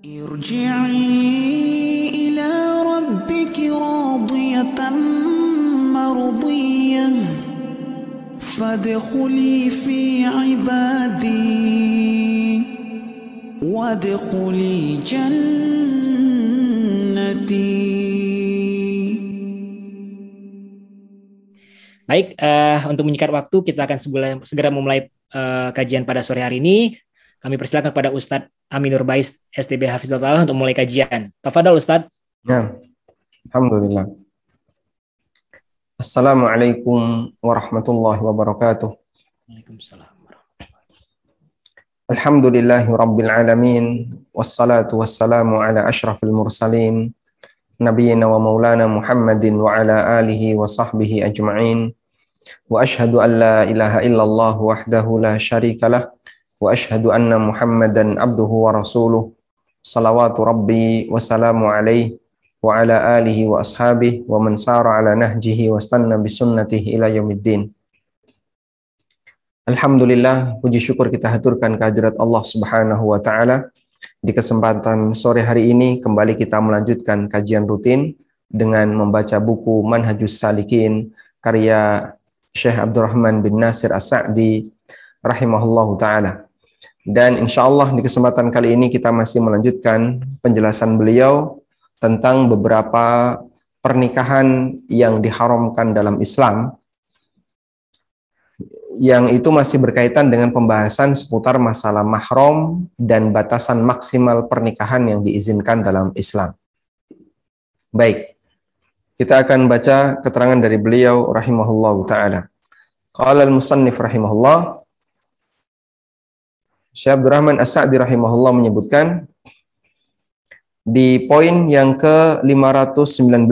ارجعي إلى ربك راضية مرضية فادخلي في عبادي وادخلي جنتي. Baik, untuk menyingkat waktu, kita akan segera memulai kajian pada sore hari ini. Kami persilakan kepada Ustadz Aminur Bais, STB Hafizahullah untuk mulai kajian. Tafadhol Ustadz. Ya, alhamdulillah. Assalamualaikum warahmatullahi wabarakatuh. Waalaikumsalam. Alhamdulillahi rabbil alamin. Wassalatu wassalamu ala ashrafil mursalin. Nabiyyina wa maulana Muhammadin wa ala alihi wa sahbihi ajma'in. Wa ashhadu an la ilaha illallah wahdahu la syarikalah. Wa ashhadu anna Muhammadan abduhu wa rasuluh. Salawatu rabbi wa salamu alaihi wa ala alihi wa ashabihi wa man sara ala nahjihi wa stanna bisunnatihi ila yaumiddin. Alhamdulillah, puji syukur kita haturkan kehadirat Allah Subhanahu wa taala. Di kesempatan sore hari ini kembali kita melanjutkan kajian rutin dengan membaca buku Manhajus Salikin karya Syekh Abdurrahman bin Nasir As-Sa'di rahimahullahu taala. Dan insyaallah di kesempatan kali ini kita masih melanjutkan penjelasan beliau tentang beberapa pernikahan yang diharamkan dalam Islam, yang itu masih berkaitan dengan pembahasan seputar masalah mahram dan batasan maksimal pernikahan yang diizinkan dalam Islam. Baik, kita akan baca keterangan dari beliau rahimahullahu ta'ala. Qala al-musannif rahimahullah, Syekh Abdurrahman As-Sa'di rahimahullah menyebutkan di poin yang ke-519.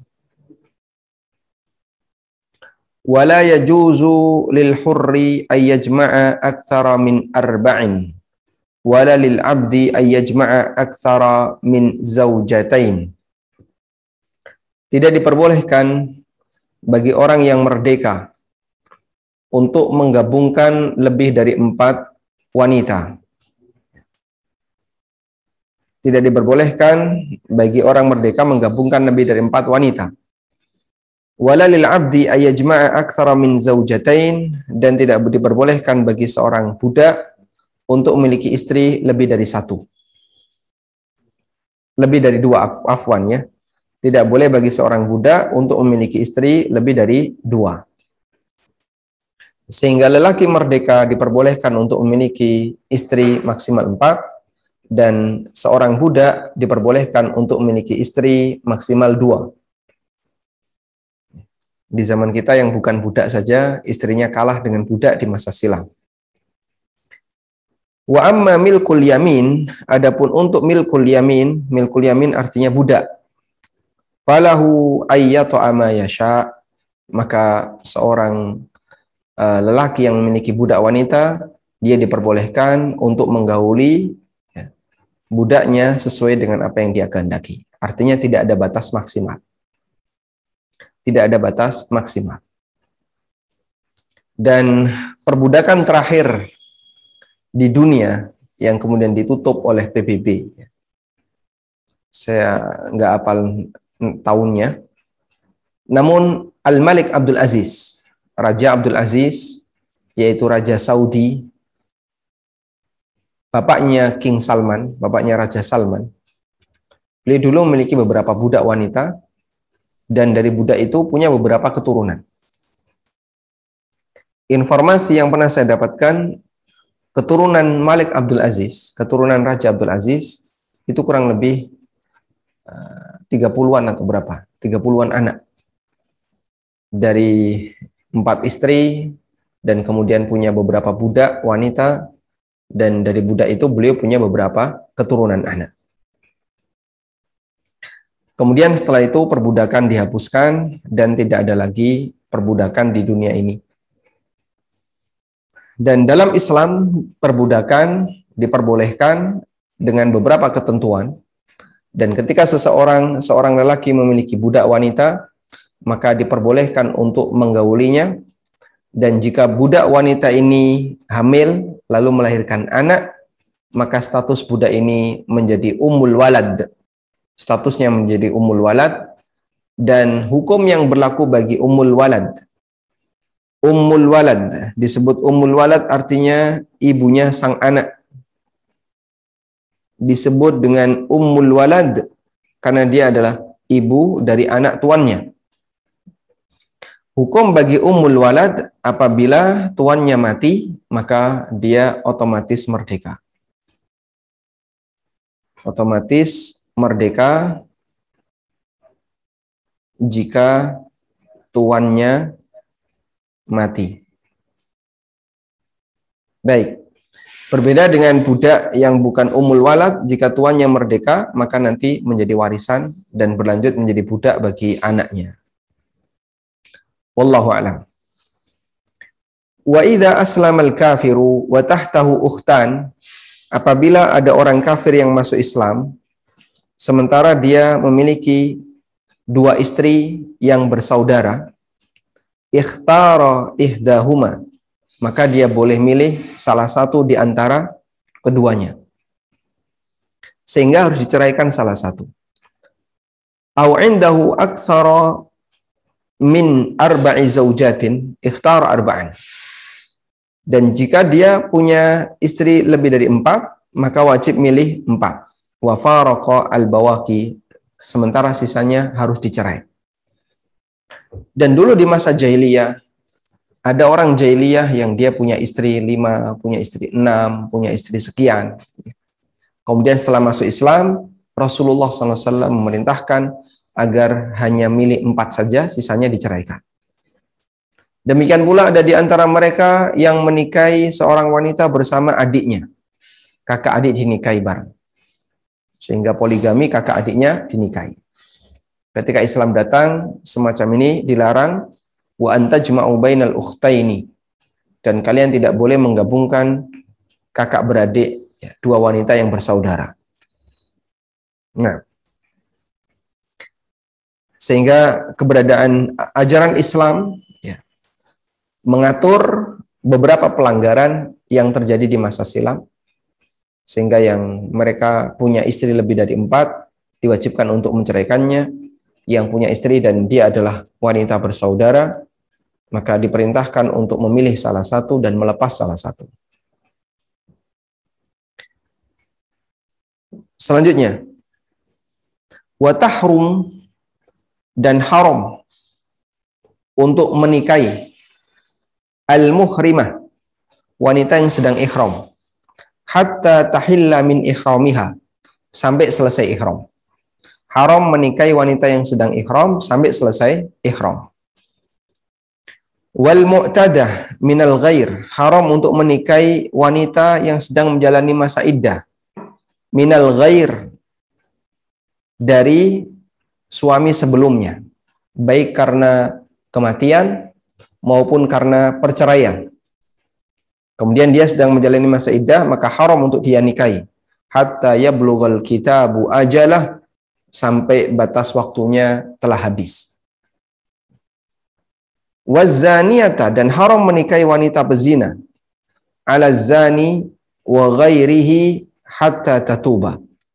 Wala yajuzu lil hurri ay yajma'a aktsara min arba'in wala lil 'abdi ay yajma'a aktsara min zaujatain. Tidak diperbolehkan bagi orang yang merdeka untuk menggabungkan lebih dari 4 wanita. Tidak diperbolehkan bagi orang merdeka menggabungkan lebih dari 4 wanita. Wala lil 'abdi ay yajma'a aktsara min zaujatain, dan tidak diperbolehkan bagi seorang budak untuk memiliki istri lebih dari 1. Lebih dari 2, afwan ya. Tidak boleh bagi seorang budak untuk memiliki istri lebih dari 2. Sehingga lelaki merdeka diperbolehkan untuk memiliki istri maksimal 4, dan seorang budak diperbolehkan untuk memiliki istri maksimal 2. Di zaman kita yang bukan budak saja, istrinya kalah dengan budak di masa silam. Wa amma milkul yamin, adapun untuk milkul yamin artinya budak. Falahu ayyata ma yasha, maka seorang lelaki yang memiliki budak wanita, dia diperbolehkan untuk menggauli budaknya sesuai dengan apa yang dia kehendaki. Artinya tidak ada batas maksimal. Tidak ada batas maksimal. Dan perbudakan terakhir di dunia yang kemudian ditutup oleh PBB, saya nggak hafal tahunnya, namun Al-Malik Abdul Aziz, Raja Abdul Aziz, yaitu Raja Saudi, bapaknya King Salman, bapaknya Raja Salman, beliau dulu memiliki beberapa budak wanita, dan dari budak itu punya beberapa keturunan. Informasi yang pernah saya dapatkan, keturunan Malik Abdul Aziz, keturunan Raja Abdul Aziz, itu kurang lebih 30-an atau berapa? 30-an anak. Dari 4 istri, dan kemudian punya beberapa budak wanita, dan dari budak itu beliau punya beberapa keturunan anak. Kemudian setelah itu perbudakan dihapuskan dan tidak ada lagi perbudakan di dunia ini. Dan dalam Islam perbudakan diperbolehkan dengan beberapa ketentuan. Dan ketika seorang lelaki memiliki budak wanita, maka diperbolehkan untuk menggaulinya. Dan jika budak wanita ini hamil lalu melahirkan anak, maka status budak ini menjadi ummul walad. Statusnya menjadi ummul walad, dan hukum yang berlaku bagi ummul walad. Ummul walad disebut ummul walad artinya ibunya sang anak. Disebut dengan ummul walad karena dia adalah ibu dari anak tuannya. Hukum bagi ummul walad, apabila tuannya mati, maka dia otomatis merdeka. Otomatis merdeka jika tuannya mati. Baik. Berbeda dengan budak yang bukan ummul walad, jika tuannya merdeka, maka nanti menjadi warisan dan berlanjut menjadi budak bagi anaknya. Wallahu a'lam. Wa idza aslama al-kafiru wa tahtahu ukhtan, apabila ada orang kafir yang masuk Islam sementara dia memiliki dua istri yang bersaudara, ikhtara ihdahuma, maka dia boleh milih salah satu di antara keduanya. Sehingga harus diceraikan salah satu. Au indahu aktsara min arba'i zaujatin ikhtar arba'an. Dan jika dia punya istri lebih dari 4, maka wajib milih 4. Wa faraqa al-bawaqi, sementara sisanya harus dicerai. Dan dulu di masa jahiliyah, ada orang jahiliyah yang dia punya istri 5, punya istri 6, punya istri sekian. Kemudian setelah masuk Islam, Rasulullah SAW memerintahkan agar hanya milih 4 saja, sisanya diceraikan. Demikian pula ada di antara mereka yang menikahi seorang wanita bersama adiknya. Kakak adik dinikahi bareng. Sehingga poligami, kakak adiknya dinikahi. Ketika Islam datang, semacam ini dilarang. Wa anta jma'u bainal ukhtaini. Dan kalian tidak boleh menggabungkan kakak beradik, dua wanita yang bersaudara. Nah, sehingga keberadaan ajaran Islam mengatur beberapa pelanggaran yang terjadi di masa silam, sehingga yang mereka punya istri lebih dari 4 diwajibkan untuk menceraikannya. Yang punya istri dan dia adalah wanita bersaudara, maka diperintahkan untuk memilih salah satu dan melepas salah satu. Selanjutnya, wa tahrum, dan haram untuk menikahi al-muhrimah, wanita yang sedang ihram, hatta tahilla min ihramiha, sampai selesai ihram. Haram menikahi wanita yang sedang ihram sampai selesai ihram. Wal mu'tadah minal ghair, haram untuk menikahi wanita yang sedang menjalani masa iddah, minal ghair, dari suami sebelumnya, baik karena kematian maupun karena perceraian. Kemudian dia sedang menjalani masa iddah, maka haram untuk dia nikahi. Hatta yablughal kitabu ajalah, sampai batas waktunya telah habis. Wazaniyata, dan haram menikahi wanita pezina, ala zani wa ghairihi hatta tatuba.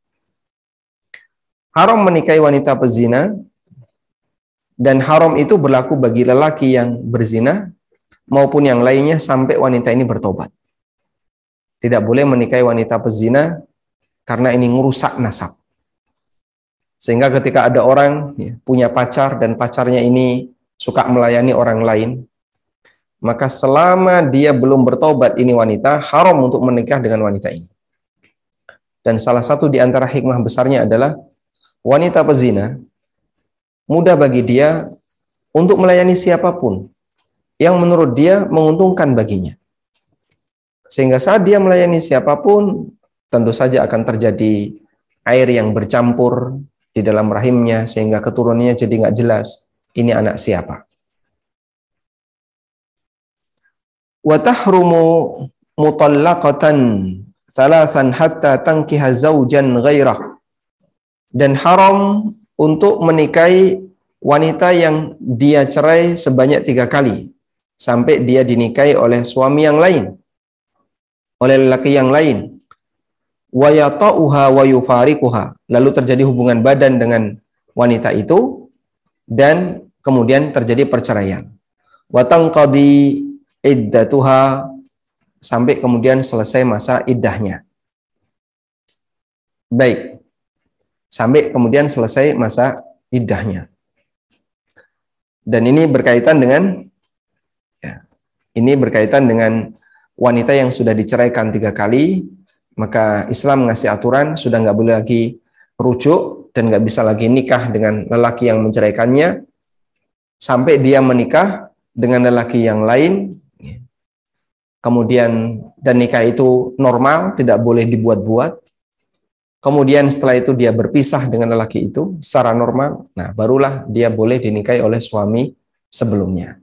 Haram menikahi wanita pezina, dan haram itu berlaku bagi lelaki yang berzina maupun yang lainnya sampai wanita ini bertobat. Tidak boleh menikahi wanita pezina karena ini merusak nasab. Sehingga ketika ada orang punya pacar dan pacarnya ini suka melayani orang lain, maka selama dia belum bertobat ini wanita, haram untuk menikah dengan wanita ini. Dan salah satu di antara hikmah besarnya adalah wanita pezina mudah bagi dia untuk melayani siapapun yang menurut dia menguntungkan baginya. Sehingga saat dia melayani siapapun, tentu saja akan terjadi air yang bercampur di dalam rahimnya, sehingga keturunannya jadi nggak jelas ini anak siapa. Wa tahrumu mutallaqatan salasan hatta tankiha zaujan ghairah, dan haram untuk menikahi wanita yang dia cerai sebanyak 3 kali sampai dia dinikahi oleh suami yang lain, oleh lelaki yang lain. wa yata'uha wa yufariquha, lalu terjadi hubungan badan dengan wanita itu dan kemudian terjadi perceraian. Wa tanqadi iddatuha, sampai kemudian selesai masa iddahnya. Baik. Sampai kemudian selesai masa iddahnya. Dan ini berkaitan dengan wanita yang sudah diceraikan 3 kali, maka Islam ngasih aturan sudah nggak boleh lagi rujuk dan nggak bisa lagi nikah dengan lelaki yang menceraikannya sampai dia menikah dengan lelaki yang lain. Kemudian dan nikah itu normal, tidak boleh dibuat-buat. Kemudian setelah itu dia berpisah dengan lelaki itu secara normal. Nah, barulah dia boleh dinikahi oleh suami sebelumnya.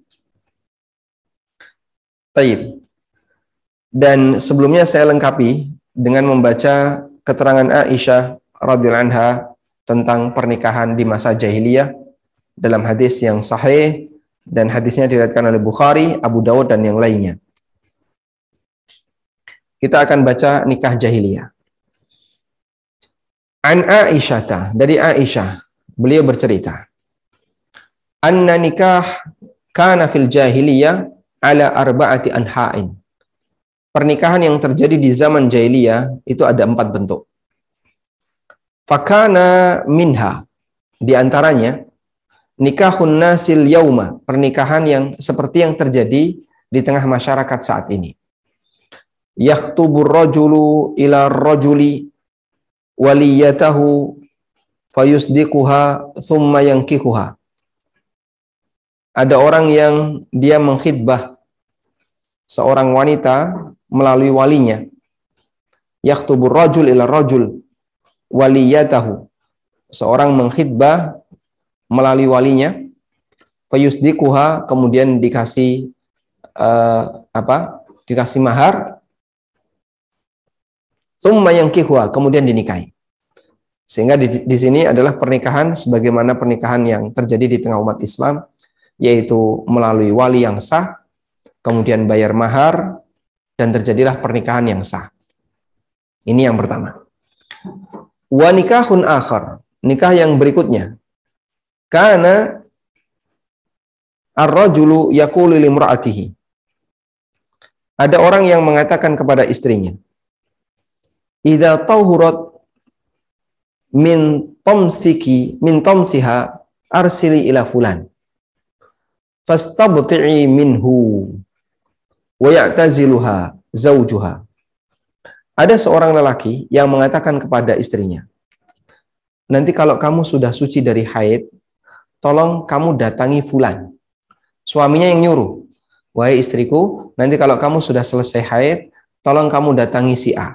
Taib. Dan sebelumnya saya lengkapi dengan membaca keterangan Aisyah radhiyallahu anha tentang pernikahan di masa jahiliyah dalam hadis yang sahih, dan hadisnya diriwayatkan oleh Bukhari, Abu Dawud dan yang lainnya. Kita akan baca nikah jahiliyah. An Aisyah, dari Aisyah, beliau bercerita, anna nikah kana fil jahiliyah ala arba'ati anha'in. Pernikahan yang terjadi di zaman jahiliyah itu ada 4 bentuk. Fakana minha, di antaranya nikahun nasil yauma, pernikahan yang seperti yang terjadi di tengah masyarakat saat ini. Yakhtubur rajulu ila rajuli waliyatahu fayusdiquha thumma yankihuha. Ada orang yang dia mengkhidbah seorang wanita melalui walinya. Yakhtubur rajul ila rajul waliyatahu. Seorang mengkhidbah melalui walinya, fayusdiquha, kemudian dikasih dikasih mahar, thumma yankihuha, kemudian dinikahi. Sehingga di sini adalah pernikahan sebagaimana pernikahan yang terjadi di tengah umat Islam, yaitu melalui wali yang sah, kemudian bayar mahar, dan terjadilah pernikahan yang sah. Ini yang pertama. Wa nikahun akhar, nikah yang berikutnya. Kana ar-rajulu yaqulu limra'atihi. Ada orang yang mengatakan kepada istrinya, idza tahurat min tamsiha arsili ila fulan fastabti'i minhu wa ya'taziluha zawjuha. Ada seorang lelaki yang mengatakan kepada istrinya, nanti kalau kamu sudah suci dari haid, tolong kamu datangi fulan. Suaminya yang nyuruh, wahai istriku, nanti kalau kamu sudah selesai haid, tolong kamu datangi si A.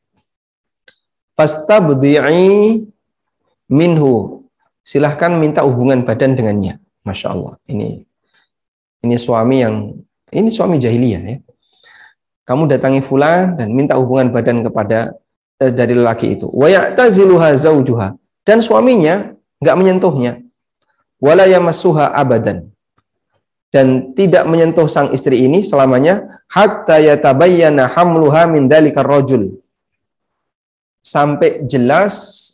Fastabdi'i minhu, silahkan minta hubungan badan dengannya. Masya Allah, ini suami jahiliyah ya. Kamu datangi fulan dan minta hubungan badan kepada dari lelaki itu. Wa ya'taziluha zawjuha, dan suaminya enggak menyentuhnya. Wala yamassuha abadan, dan tidak menyentuh sang istri ini selamanya, hatta yatabayyana hamluha min dalikar rajul, sampai jelas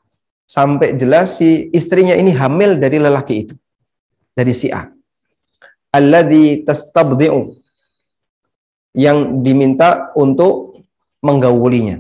si istrinya ini hamil dari lelaki itu, dari si A. Alladzi tastabdi'u, yang diminta untuk menggaulinya.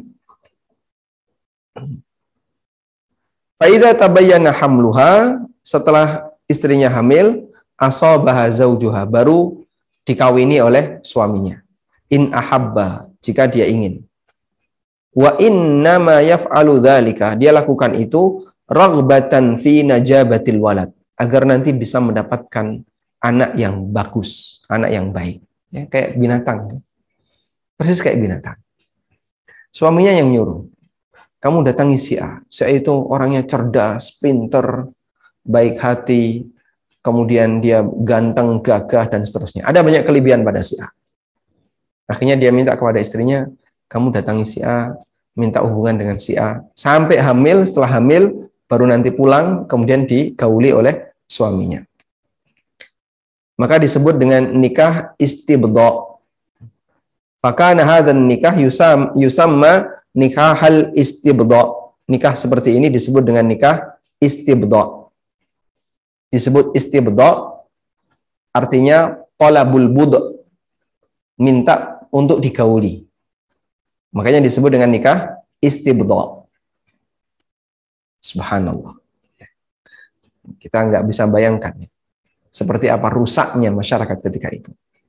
Fa idza tabayyana hamluha, setelah istrinya hamil, asabaha zawjuha, baru dikawini oleh suaminya. In ahabba, jika dia ingin. Wa innama yaf'alu dzalika, dia lakukan itu raghbatan fi najabatil walad, agar nanti bisa mendapatkan anak yang bagus, anak yang baik. Ya, kayak binatang. Persis kayak binatang. Suaminya yang nyuruh, kamu datangi si A. Si A itu orangnya cerdas, pinter, baik hati, kemudian dia ganteng, gagah, dan seterusnya. Ada banyak kelebihan pada si A. Akhirnya dia minta kepada istrinya, kamu datangi si A, minta hubungan dengan si A, sampai hamil. Setelah hamil, baru nanti pulang, kemudian digauli oleh suaminya. Maka disebut dengan nikah istibdha. Fakana hadzal nikah yusamma nikahal istibda. Nikah seperti ini disebut dengan nikah istibda. Disebut istibda artinya talabul bud', minta untuk digauli. Makanya disebut dengan nikah istibda. Subhanallah. Kita nggak bisa bayangkan seperti apa rusaknya masyarakat ketika itu.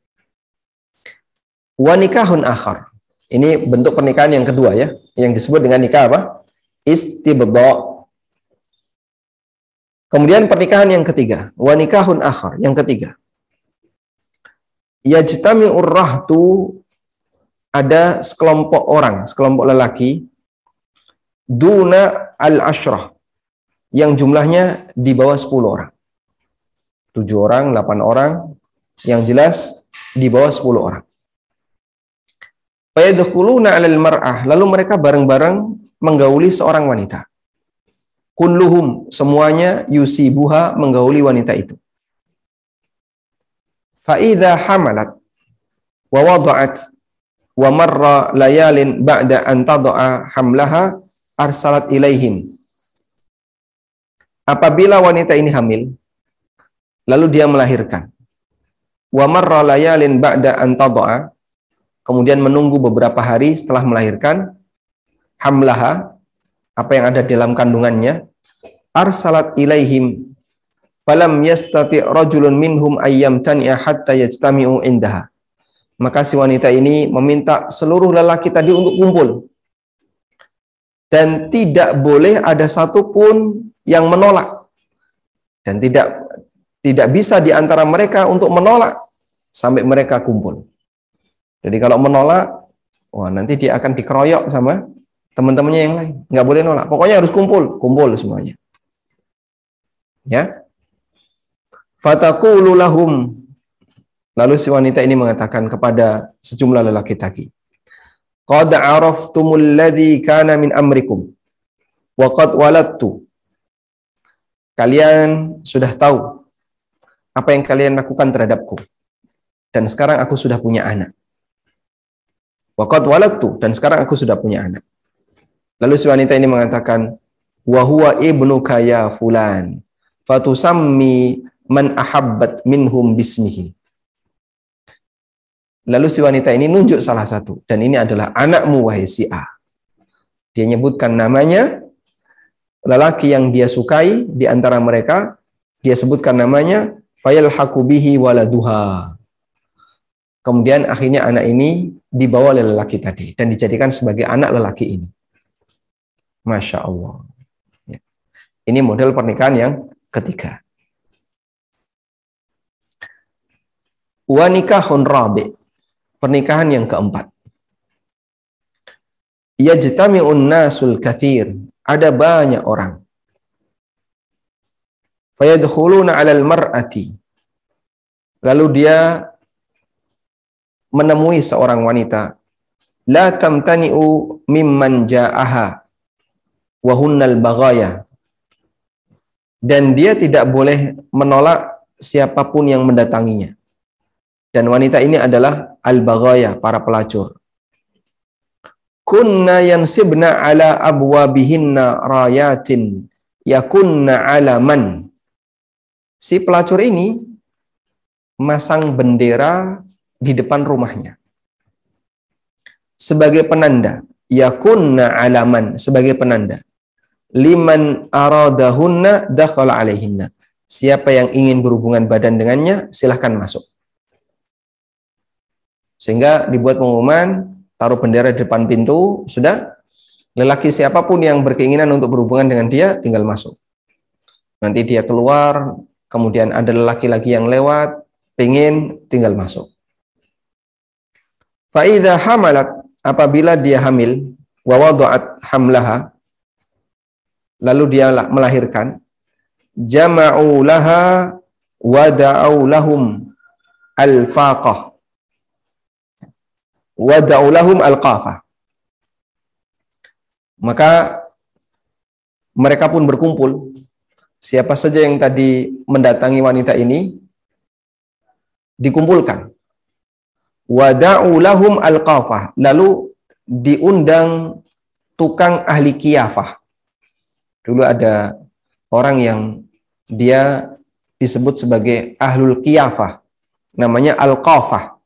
Wa nikahun akhar. Ini bentuk pernikahan yang kedua ya, yang disebut dengan nikah apa? Istibda. Kemudian pernikahan yang ketiga, wa nikahun akhar, yang ketiga. Yajtami'ur rahtu, ada sekelompok orang, sekelompok lelaki, duna al-ashrah, yang jumlahnya di bawah 10 orang. 7 orang, 8 orang, yang jelas di bawah 10 orang. Fayadkhuluna 'alal mar'ah, lalu mereka bareng-bareng menggauli seorang wanita. Kulluhum, semuanya yusibuha, menggauli wanita itu. Fa idza hamalat wa wada'at wa marra layalin ba'da an tada'a hamlaha arsalat ilaihim. Apabila wanita ini hamil, lalu dia melahirkan. Wa marra layalin ba'da an tada'a, kemudian menunggu beberapa hari setelah melahirkan hamlaha, apa yang ada dalam kandungannya, arsalat ilaihim falam yastati rajulun minhum ayyam tani'a hatta yajtami'u indaha. Maka si wanita ini meminta seluruh lelaki tadi untuk kumpul. Dan tidak boleh ada satupun yang menolak. Dan tidak bisa di antara mereka untuk menolak sampai mereka kumpul. Jadi kalau menolak, wah nanti dia akan dikeroyok sama teman-temannya yang lain. Nggak boleh nolak. Pokoknya harus kumpul semuanya. Ya. Fataqulu lahum. Lalu si wanita ini mengatakan kepada sejumlah lelaki tadi, qad araftumul ladzi kana min amrikum wa qad waladtu. Kalian sudah tahu apa yang kalian lakukan terhadapku. Dan sekarang aku sudah punya anak. Wa qad waladtu, dan sekarang aku sudah punya anak. Lalu si wanita ini mengatakan, wa huwa ibnuka ya fulan, fatusammi man ahabbat minhum bismihi. Lalu si wanita ini nunjuk salah satu, dan ini adalah anakmu wahai si A. Dia nyebutkan namanya, lelaki yang dia sukai di antara mereka, dia sebutkan namanya, fayalhaqu bihi waladuha. Kemudian akhirnya anak ini dibawa oleh lelaki tadi dan dijadikan sebagai anak lelaki ini. Masya Allah. Ini model pernikahan yang ketiga. Wa nikahun rabi', pernikahan yang keempat. Yajtami'un nasul katsir, ada banyak orang. Fayadkhuluna 'alal mar'ati, lalu dia menemui seorang wanita, la tamtani'u mimman ja'aha wa hunnal baghaya, dan dia tidak boleh menolak siapapun yang mendatanginya. Dan wanita ini adalah al-baghaya, para pelacur. Kunna yansibna ala abwabihinna rayatin yakunna alaman. Si pelacur ini masang bendera di depan rumahnya sebagai penanda, yakunna alaman, sebagai penanda, liman aradahunna dakhala alaihinna, siapa yang ingin berhubungan badan dengannya silahkan masuk. Sehingga dibuat pengumuman, taruh bendera di depan pintu, sudah, lelaki siapapun yang berkeinginan untuk berhubungan dengan dia tinggal masuk. Nanti dia keluar, kemudian ada lelaki lagi yang lewat, pengen, tinggal masuk. Fa'idha hamalat, apabila dia hamil, wa wada'at hamlaha, lalu dia melahirkan, jama'u laha wa da'au lahum al-faqah wa da'au lahum al-qafah. Maka mereka pun berkumpul. Siapa saja yang tadi mendatangi wanita ini dikumpulkan. Wada'u lahum al-qafah, lalu diundang tukang ahli qiyafah. Dulu ada orang yang dia disebut sebagai ahlul qiyafah, namanya Al-Qafah.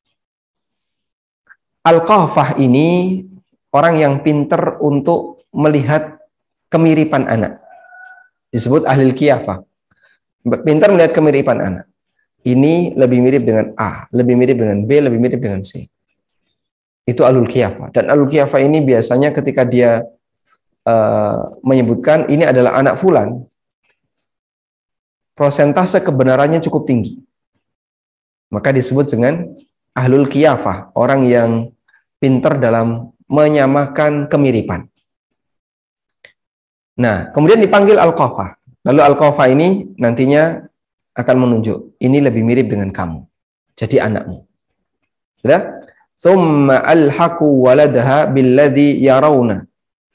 Al-Qafah ini orang yang pinter untuk melihat kemiripan anak. Disebut ahlul qiyafah. Pintar melihat kemiripan anak. Ini lebih mirip dengan A, lebih mirip dengan B, lebih mirip dengan C. Itu ahlul qiyafah. Dan ahlul qiyafah ini biasanya ketika dia menyebutkan ini adalah anak fulan, prosentase kebenarannya cukup tinggi. Maka disebut dengan ahlul qiyafah, orang yang pintar dalam menyamakan kemiripan. Nah, kemudian dipanggil Al-Qafah. Lalu Al-Qafah ini nantinya akan menunjuk, ini lebih mirip dengan kamu. Jadi anakmu. Sudah? Tsumma alhaqu waladaha billadhi yarawna.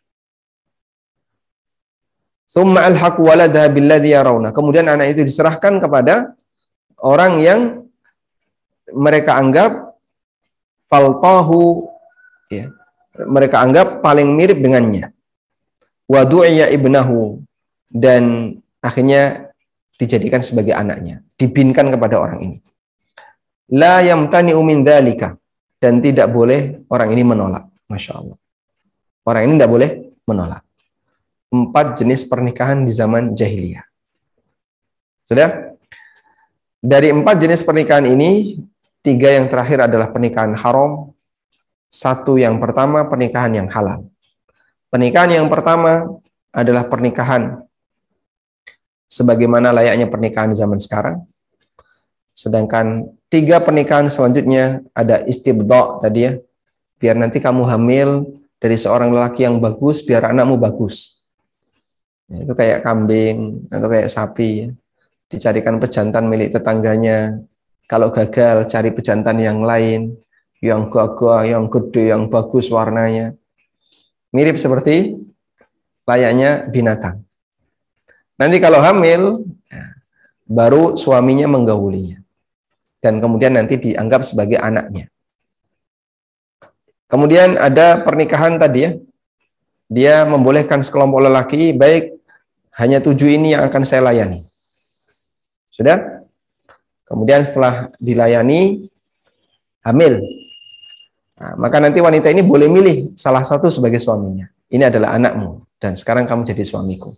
Tsumma alhaqu waladaha billadhi yarawna. Kemudian anak itu diserahkan kepada orang yang mereka anggap faltahu, ya, mereka anggap paling mirip dengannya. Wa du'iya ibnahu, dan akhirnya dijadikan sebagai anaknya, dibinkan kepada orang ini. La yamtani'u min dzalika, dan tidak boleh orang ini menolak. Masya Allah. Orang ini tidak boleh menolak. 4 jenis pernikahan di zaman jahiliyah. Sudah? Dari 4 jenis pernikahan ini, 3 yang terakhir adalah pernikahan haram, 1 yang pertama pernikahan yang halal. Pernikahan yang pertama adalah pernikahan sebagaimana layaknya pernikahan zaman sekarang. Sedangkan 3 pernikahan selanjutnya ada istibda' tadi ya. Biar nanti kamu hamil dari seorang lelaki yang bagus, biar anakmu bagus. Ya, itu kayak kambing atau kayak sapi ya. Dicarikan pejantan milik tetangganya. Kalau gagal cari pejantan yang lain, yang gagah, yang gede, yang bagus warnanya. Mirip seperti layaknya binatang. Nanti kalau hamil, baru suaminya menggaulinya. Dan kemudian nanti dianggap sebagai anaknya. Kemudian ada pernikahan tadi ya. Dia membolehkan sekelompok lelaki, baik hanya 7 ini yang akan saya layani. Sudah? Kemudian setelah dilayani, hamil. Nah, maka nanti wanita ini boleh milih salah satu sebagai suaminya. Ini adalah anakmu, dan sekarang kamu jadi suamiku.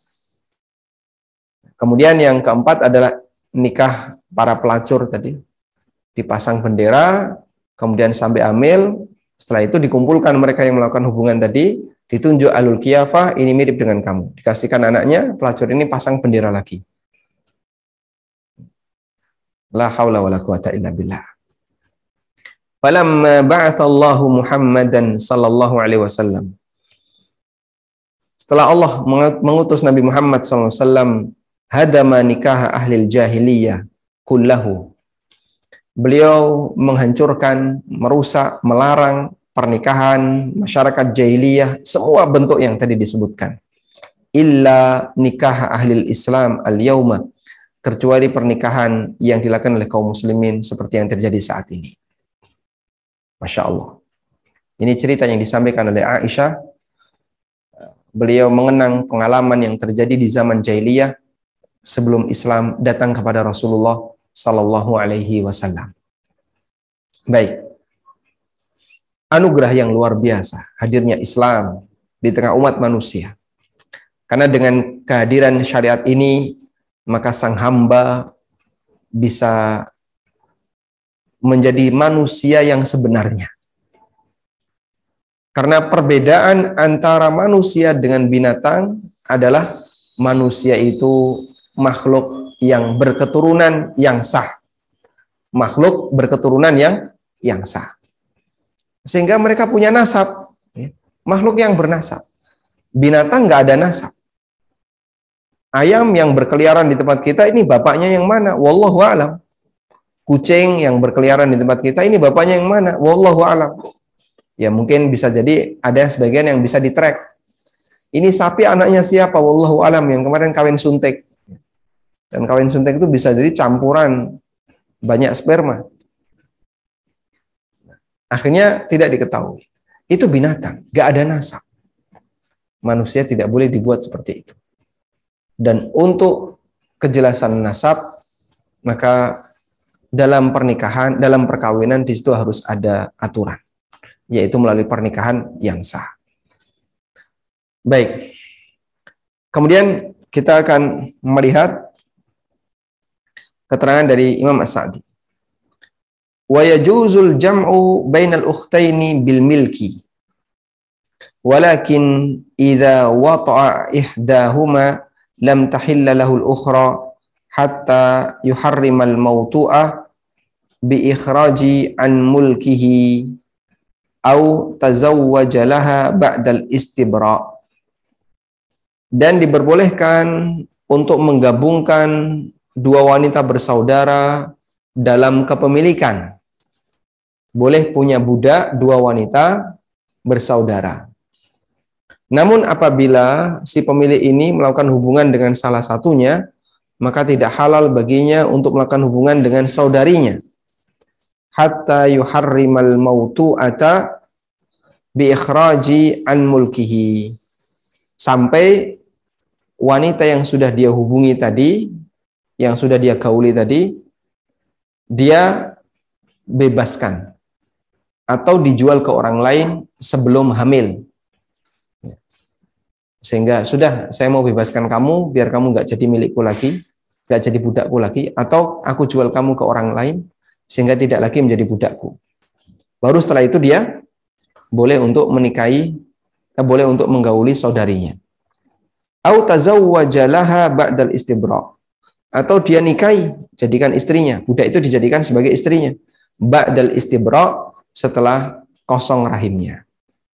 Kemudian yang keempat adalah nikah para pelacur tadi. Dipasang bendera, kemudian sampai hamil. Setelah itu dikumpulkan mereka yang melakukan hubungan tadi, ditunjuk ahlul qiyafah, ini mirip dengan kamu. Dikasihkan anaknya, pelacur ini pasang bendera lagi. La haula wala quwata illa billah. Falamma ba'atsallahu Muhammadan sallallahu alaihi wasallam. Setelah Allah mengutus Nabi Muhammad sallallahu alaihi wasallam, hadama nikah ahlil jahiliyah kullahu. Beliau menghancurkan, merusak, melarang pernikahan masyarakat jahiliyah, semua bentuk yang tadi disebutkan. Illa nikah ahlil Islam al-yauma, kecuali pernikahan yang dilakukan oleh kaum muslimin seperti yang terjadi saat ini. Masya Allah. Ini cerita yang disampaikan oleh Aisyah. Beliau mengenang pengalaman yang terjadi di zaman jahiliyah sebelum Islam datang kepada Rasulullah Sallallahu Alaihi Wasallam. Baik. Anugerah yang luar biasa hadirnya Islam di tengah umat manusia. Karena dengan kehadiran syariat ini, maka sang hamba bisa menjadi manusia yang sebenarnya. Karena perbedaan antara manusia dengan binatang adalah manusia itu makhluk yang berketurunan yang sah. Makhluk berketurunan yang sah. Sehingga mereka punya nasab. Makhluk yang bernasab. Binatang nggak ada nasab. Ayam yang berkeliaran di tempat kita, ini bapaknya yang mana? Wallahu a'lam. Kucing yang berkeliaran di tempat kita, ini bapaknya yang mana? Wallahu a'lam. Ya mungkin bisa jadi ada sebagian yang bisa di-track. Ini sapi anaknya siapa? Wallahu a'lam, yang kemarin kawin suntik. Dan kawin suntik itu bisa jadi campuran banyak sperma. Akhirnya tidak diketahui. Itu binatang, gak ada nasab. manusia tidak boleh dibuat seperti itu. Dan untuk kejelasan nasab, maka dalam pernikahan, dalam perkawinan di situ harus ada aturan, yaitu melalui pernikahan yang sah. Baik. Kemudian kita akan melihat keterangan dari Imam As-Sa'di. Wa yajuzul jam'u bainal ukhtaini bil milki. Walakin idza wata'a ihdahuma lam tahilla lahu al-ukhra hatta yuharrimal mawtu'ah bi ikhraji an mulkihi au tazawwaja laha ba'dal istibra'. Dan diperbolehkan untuk menggabungkan dua wanita bersaudara dalam kepemilikan. Boleh punya budak dua wanita bersaudara. Namun apabila si pemilik ini melakukan hubungan dengan salah satunya, maka tidak halal baginya untuk melakukan hubungan dengan saudarinya. Hatta yuharrimal mawtu'ata bi ikhraji an mulkihi. Sampai wanita yang sudah dia hubungi tadi, yang sudah dia gauli tadi, dia bebaskan atau dijual ke orang lain sebelum hamil. Sehingga sudah, saya mau bebaskan kamu biar kamu nggak jadi milikku lagi, nggak jadi budakku lagi, atau aku jual kamu ke orang lain sehingga tidak lagi menjadi budakku. Baru setelah itu dia boleh untuk menikahi, boleh untuk menggauli saudarinya. Au tazawwaja laha ba'dal istibra'. Atau dia nikahi, jadikan istrinya. Budak itu dijadikan sebagai istrinya. Ba'dal istibra', setelah kosong rahimnya.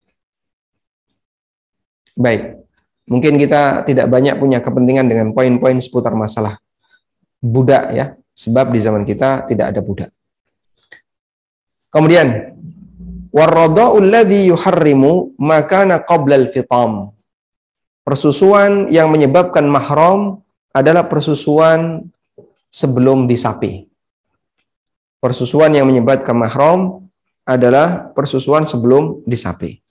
Baik. Mungkin kita tidak banyak punya kepentingan dengan poin-poin seputar masalah budak ya, sebab di zaman kita tidak ada budak. Kemudian warrada'u alladhi yuharrimu ma kana qabla al-fitam. Persusuan yang menyebabkan mahram adalah persusuan sebelum disapi. Persusuan yang menyebabkan mahram adalah persusuan sebelum disapi.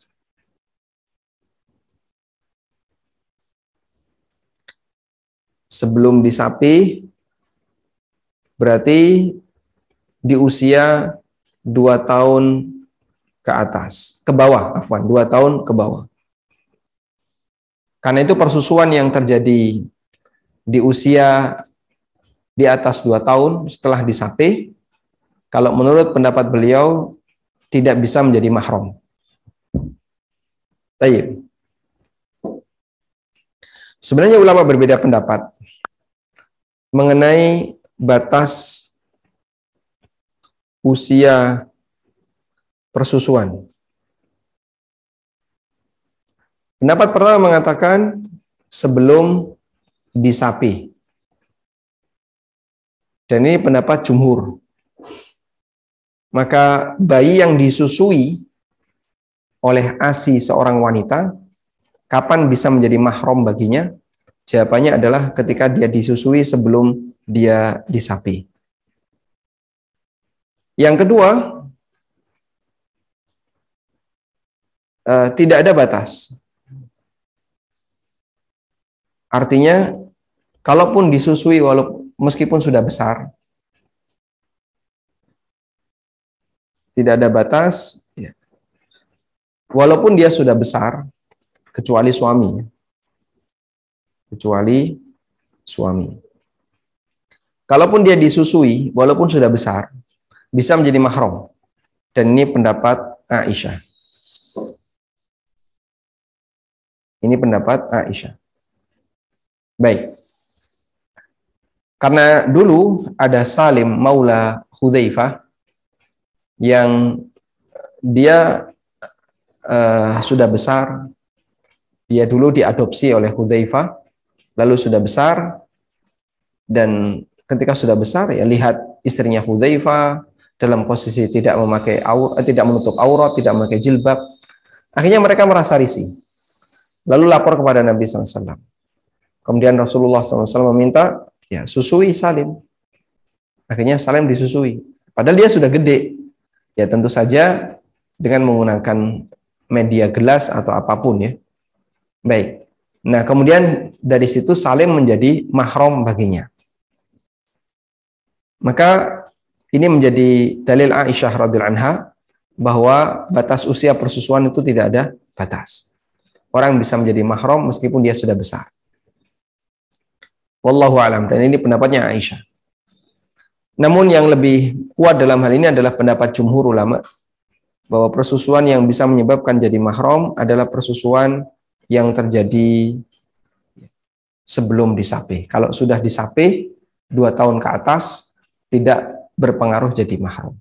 Sebelum disapi berarti di usia 2 tahun ke atas, ke bawah, 2 tahun ke bawah. Karena itu persusuan yang terjadi di usia di atas 2 tahun setelah disapi, kalau menurut pendapat beliau tidak bisa menjadi mahram. Baik. Sebenarnya ulama berbeda pendapat mengenai batas usia persusuan. Pendapat pertama mengatakan sebelum disapi. Dan ini pendapat jumhur. Maka bayi yang disusui oleh ASI seorang wanita, kapan bisa menjadi mahram baginya? Jawabannya adalah ketika dia disusui sebelum dia disapi. Yang kedua, tidak ada batas. Artinya, kalaupun disusui meskipun sudah besar, tidak ada batas, ya. Walaupun dia sudah besar, kecuali suami. Kalaupun dia disusui, walaupun sudah besar, bisa menjadi mahram. Dan ini pendapat Aisyah. Baik. Karena dulu ada Salim Maula Hudzaifah yang dia sudah besar. Dia dulu diadopsi oleh Hudzaifah, lalu sudah besar, dan ketika sudah besar ya lihat istrinya Hudzaifah dalam posisi tidak menutup aurat, tidak memakai jilbab. Akhirnya mereka merasa risih. Lalu lapor kepada Nabi SAW. Kemudian Rasulullah SAW meminta, ya susui Salim. Akhirnya Salim disusui. Padahal dia sudah gede. Ya tentu saja dengan menggunakan media gelas atau apapun ya. Baik. Nah, kemudian dari situ Salim menjadi mahram baginya. Maka ini menjadi dalil Aisyah radhiyallahu anha bahwa batas usia persusuan itu tidak ada batas. Orang bisa menjadi mahram meskipun dia sudah besar. Wallahu alam, dan ini pendapatnya Aisyah. Namun yang lebih kuat dalam hal ini adalah pendapat jumhur ulama bahwa persusuan yang bisa menyebabkan jadi mahram adalah persusuan yang terjadi sebelum disapih. Kalau sudah disapih 2 tahun ke atas tidak berpengaruh jadi mahram.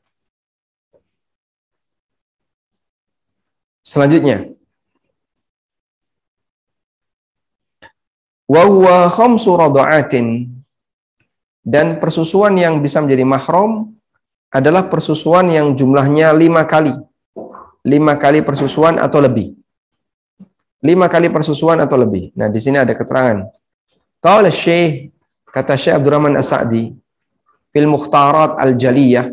Selanjutnya, wa huwa khamsu radha'atin, dan persusuan yang bisa menjadi mahram adalah persusuan yang jumlahnya 5 kali. 5 kali persusuan atau lebih. 5 kali persusuan atau lebih. Nah, di sini ada keterangan. Qala Syekh, kata Syekh Abdurrahman As-Sa'di fil Mukhtarat Al-Jaliyah,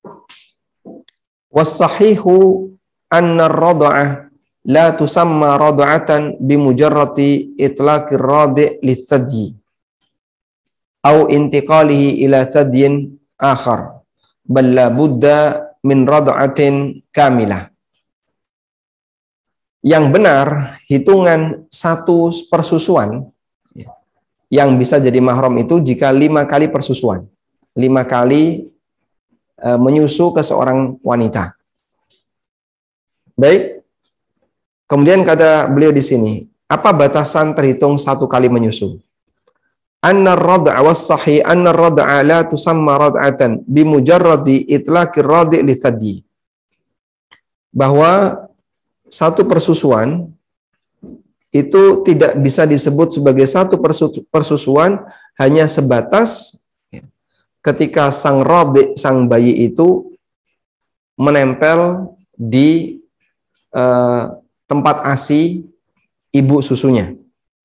was-sahihu anna ar-rad'ah la tusamma rad'atan bimujarrati itlaqir radi' lis-sadyi aw intiqalihi ila sadyin akhar, bal la budda min rad'atin kamilah. Yang benar, hitungan satu persusuan yang bisa jadi mahram itu jika 5 kali persusuan, 5 kali menyusu ke seorang wanita. Baik. Kemudian kata beliau di sini, apa batasan terhitung 1 kali menyusu? Anna ar-rad'a was-sahih anna ar-rad'a la tusamma rad'atan bimujarradi itlaqir radi' li thadyi. Bahwa satu persusuan itu tidak bisa disebut sebagai satu persusuan hanya sebatas ketika sang radi', sang bayi itu menempel di tempat ASI ibu susunya.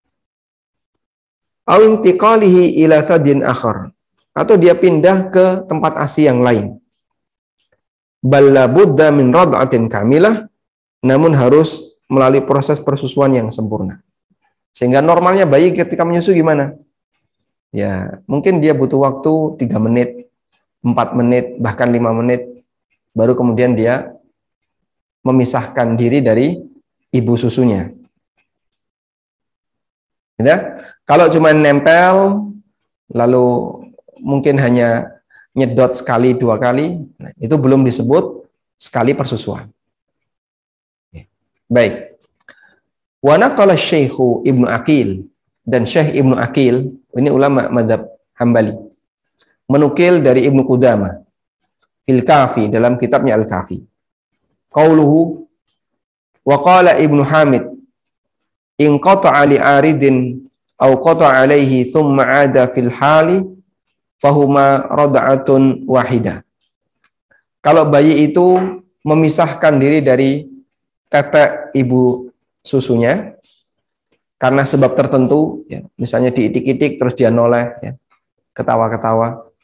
Aw intiqalihi ila sadin akhar, atau dia pindah ke tempat ASI yang lain. Bal la budda min rad'atin kamilah, namun harus melalui proses persusuan yang sempurna. Sehingga normalnya bayi ketika menyusu gimana? Ya, mungkin dia butuh waktu 3 menit, 4 menit, bahkan 5 menit, baru kemudian dia memisahkan diri dari ibu susunya. Ya? Kalau cuma nempel, lalu mungkin hanya nyedot sekali 2 kali, nah, itu belum disebut sekali persusuan. Baik. Wa naqala Syekhu Ibnu Aqil, dan Syekh Ibnu Aqil, ini ulama mazhab Hambali, menukil dari Ibnu Qudamah fil Kafi, dalam kitabnya Al-Kafi. Qauluhu, wa qala Ibnu Hamid, in qata'a li aridin aw qata'a alaihi thumma 'ada fil hali fahuma rad'atun wahidah. Kalau bayi itu memisahkan diri dari tetek ibu susunya karena sebab tertentu, ya, misalnya diitik-itik terus dia noleh, ya, ketawa-ketawa.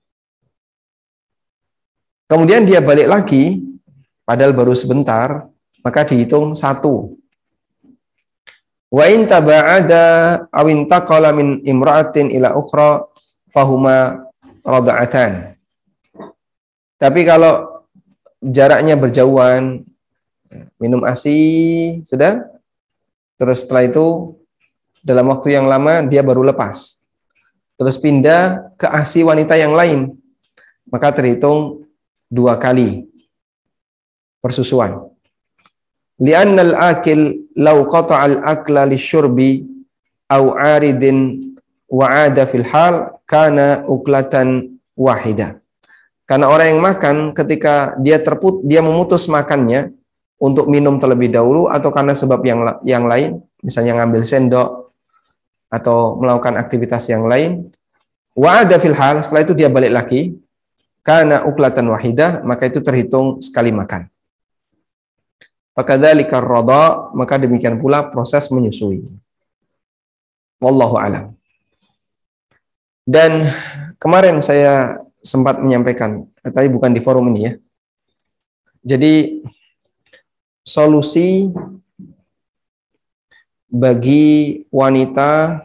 Kemudian dia balik lagi, padahal baru sebentar, maka dihitung 1. Wa in taba'ada aw intaqala min imra'atin ila ukhra fahuma rad'atan. Tapi kalau jaraknya berjauhan, minum ASI sudah, terus setelah itu dalam waktu yang lama dia baru lepas, terus pindah ke ASI wanita yang lain, maka terhitung 2 kali persusuan. Li'annal akil law qata'al akla lisyurbi aw 'aridin wa 'ada fil hal kana uklatan wahida. Karena orang yang makan ketika dia memutus makannya untuk minum terlebih dahulu atau karena sebab yang lain, misalnya ngambil sendok atau melakukan aktivitas yang lain, wa 'ada fil hal, setelah itu dia balik lagi, kana uklatan wahidah, maka itu terhitung sekali makan. Fakadzalika ar-radha, maka demikian pula proses menyusui. Wallahu a'lam. Dan kemarin saya sempat menyampaikan, tapi bukan di forum ini ya. Jadi solusi bagi wanita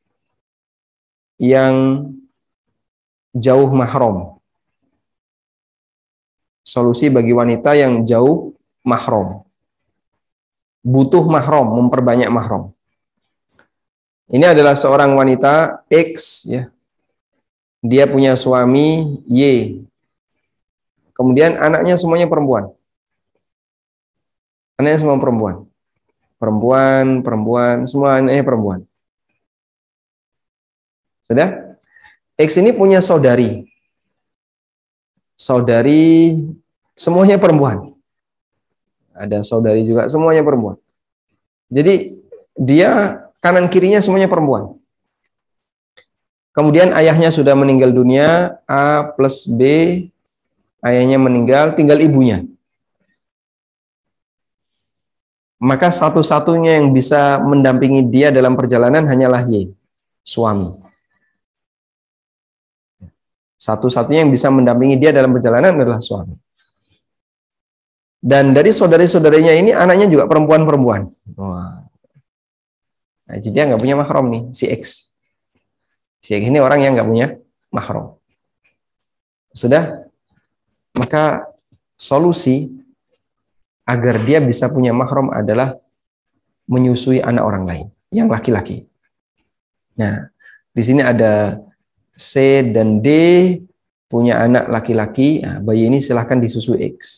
yang jauh mahram. Solusi bagi wanita yang jauh mahram. Butuh mahram, memperbanyak mahram. Ini adalah seorang wanita X, ya. Dia punya suami Y. Kemudian anaknya semuanya perempuan. Anaknya semua perempuan. Perempuan, semua anaknya perempuan. Sudah? X ini punya saudari. Saudari semuanya perempuan. Ada saudari juga, semuanya perempuan. Jadi dia kanan kirinya semuanya perempuan. Kemudian ayahnya sudah meninggal dunia, A plus B, ayahnya meninggal, tinggal ibunya. Maka satu-satunya yang bisa mendampingi dia dalam perjalanan hanyalah Y, suami. Satu-satunya yang bisa mendampingi dia dalam perjalanan adalah suami. Dan dari saudari-saudarinya ini anaknya juga perempuan-perempuan. Wah. Nah, jadi dia nggak punya mahram nih, si X. Si X ini orang yang nggak punya mahram. Sudah? Maka solusi agar dia bisa punya mahram adalah menyusui anak orang lain, yang laki-laki. Nah, di sini ada C dan D punya anak laki-laki. Nah, bayi ini silahkan disusui X.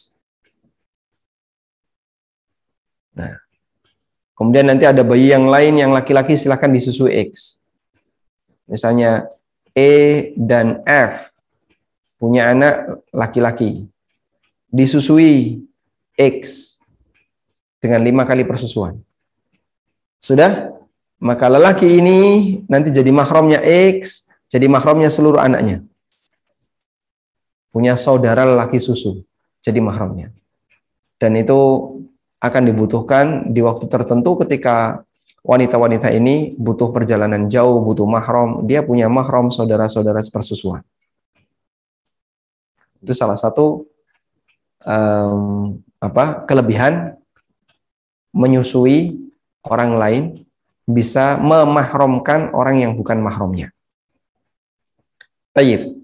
Nah, kemudian nanti ada bayi yang lain yang laki-laki silahkan disusui X. Misalnya E dan F punya anak laki-laki, disusui X dengan 5 kali persusuan. Sudah? Maka lelaki ini nanti jadi mahramnya X, jadi mahramnya seluruh anaknya. Punya saudara lelaki susu, jadi mahramnya. Dan itu akan dibutuhkan di waktu tertentu ketika wanita-wanita ini butuh perjalanan jauh, butuh mahram, dia punya mahram saudara-saudara sepersusuan. Itu salah satu kelebihan menyusui orang lain, bisa memahramkan orang yang bukan mahramnya. Tayyib.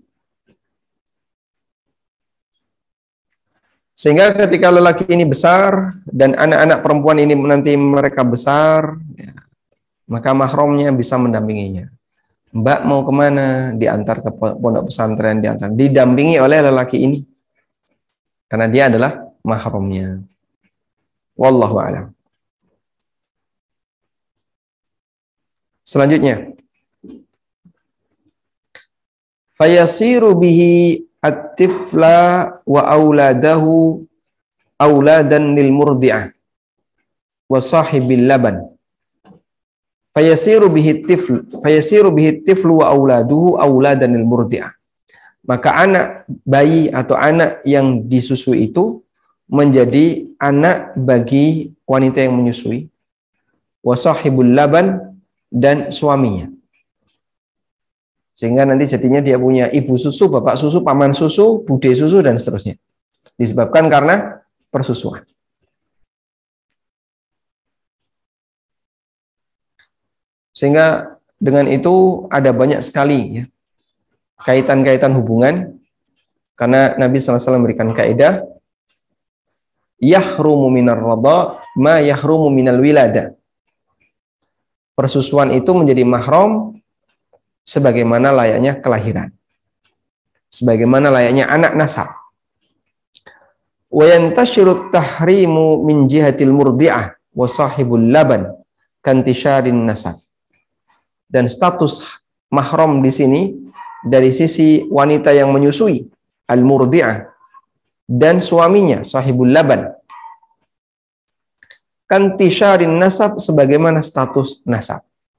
Sehingga ketika lelaki ini besar dan anak-anak perempuan ini nanti mereka besar, ya, maka mahramnya bisa mendampinginya. Mbak mau kemana? Diantar ke pondok pesantren, didampingi oleh lelaki ini. Karena dia adalah mahramnya. Wallahu a'lam. Selanjutnya, fayasiru bihi at-tifla wa auladahu auladan lil murdi'ah wa sahibil laban. Fayasiru bihi tiflu wa auladuhu auladan lil murdi'ah. Maka anak bayi atau anak yang disusui itu menjadi anak bagi wanita yang menyusui, wa sahibul laban, dan suaminya. Sehingga nanti jadinya dia punya ibu susu, bapak susu, paman susu, bude susu, dan seterusnya. Disebabkan karena persusuan. Sehingga dengan itu ada banyak sekali ya, kaitan-kaitan hubungan. Karena Nabi SAW memberikan kaidah, yahrumu minar radha ma yahrumu minal wilada. Persusuan itu menjadi mahram sebagaimana layaknya kelahiran, sebagaimana layaknya anak nasab. Wa yantashiru tahrimu min jihatil murdi'ah wa sahibul laban kantisharin nasab. Dan status mahram di sini dari sisi wanita yang menyusui, al-murdi'ah, dan suaminya, sahibul laban, kantisharin nasab, sebagaimana status nasab.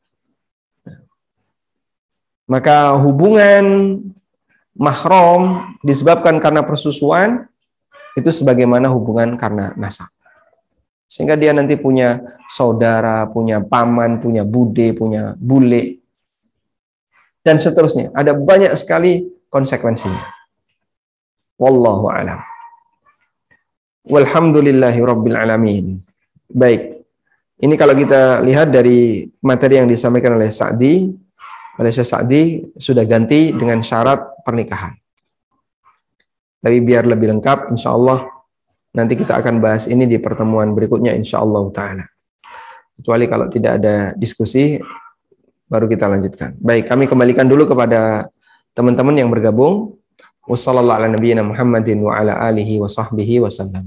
Maka hubungan mahram disebabkan karena persusuan itu sebagaimana hubungan karena nasab. Sehingga dia nanti punya saudara, punya paman, punya bude, punya bule, dan seterusnya. Ada banyak sekali konsekuensinya. Wallahu a'lam. Walhamdulillahi rabbil alamin. Baik. Ini kalau kita lihat dari materi yang disampaikan oleh Syekh Sa'di sudah ganti dengan syarat pernikahan. Tapi biar lebih lengkap, insya Allah nanti kita akan bahas ini di pertemuan berikutnya, insya Allah ta'ala. Kecuali kalau tidak ada diskusi, baru kita lanjutkan. Baik, kami kembalikan dulu kepada teman-teman yang bergabung. Wassallallahu ala nabiyyina Muhammadin wa ala alihi wa sahbihi wasallam.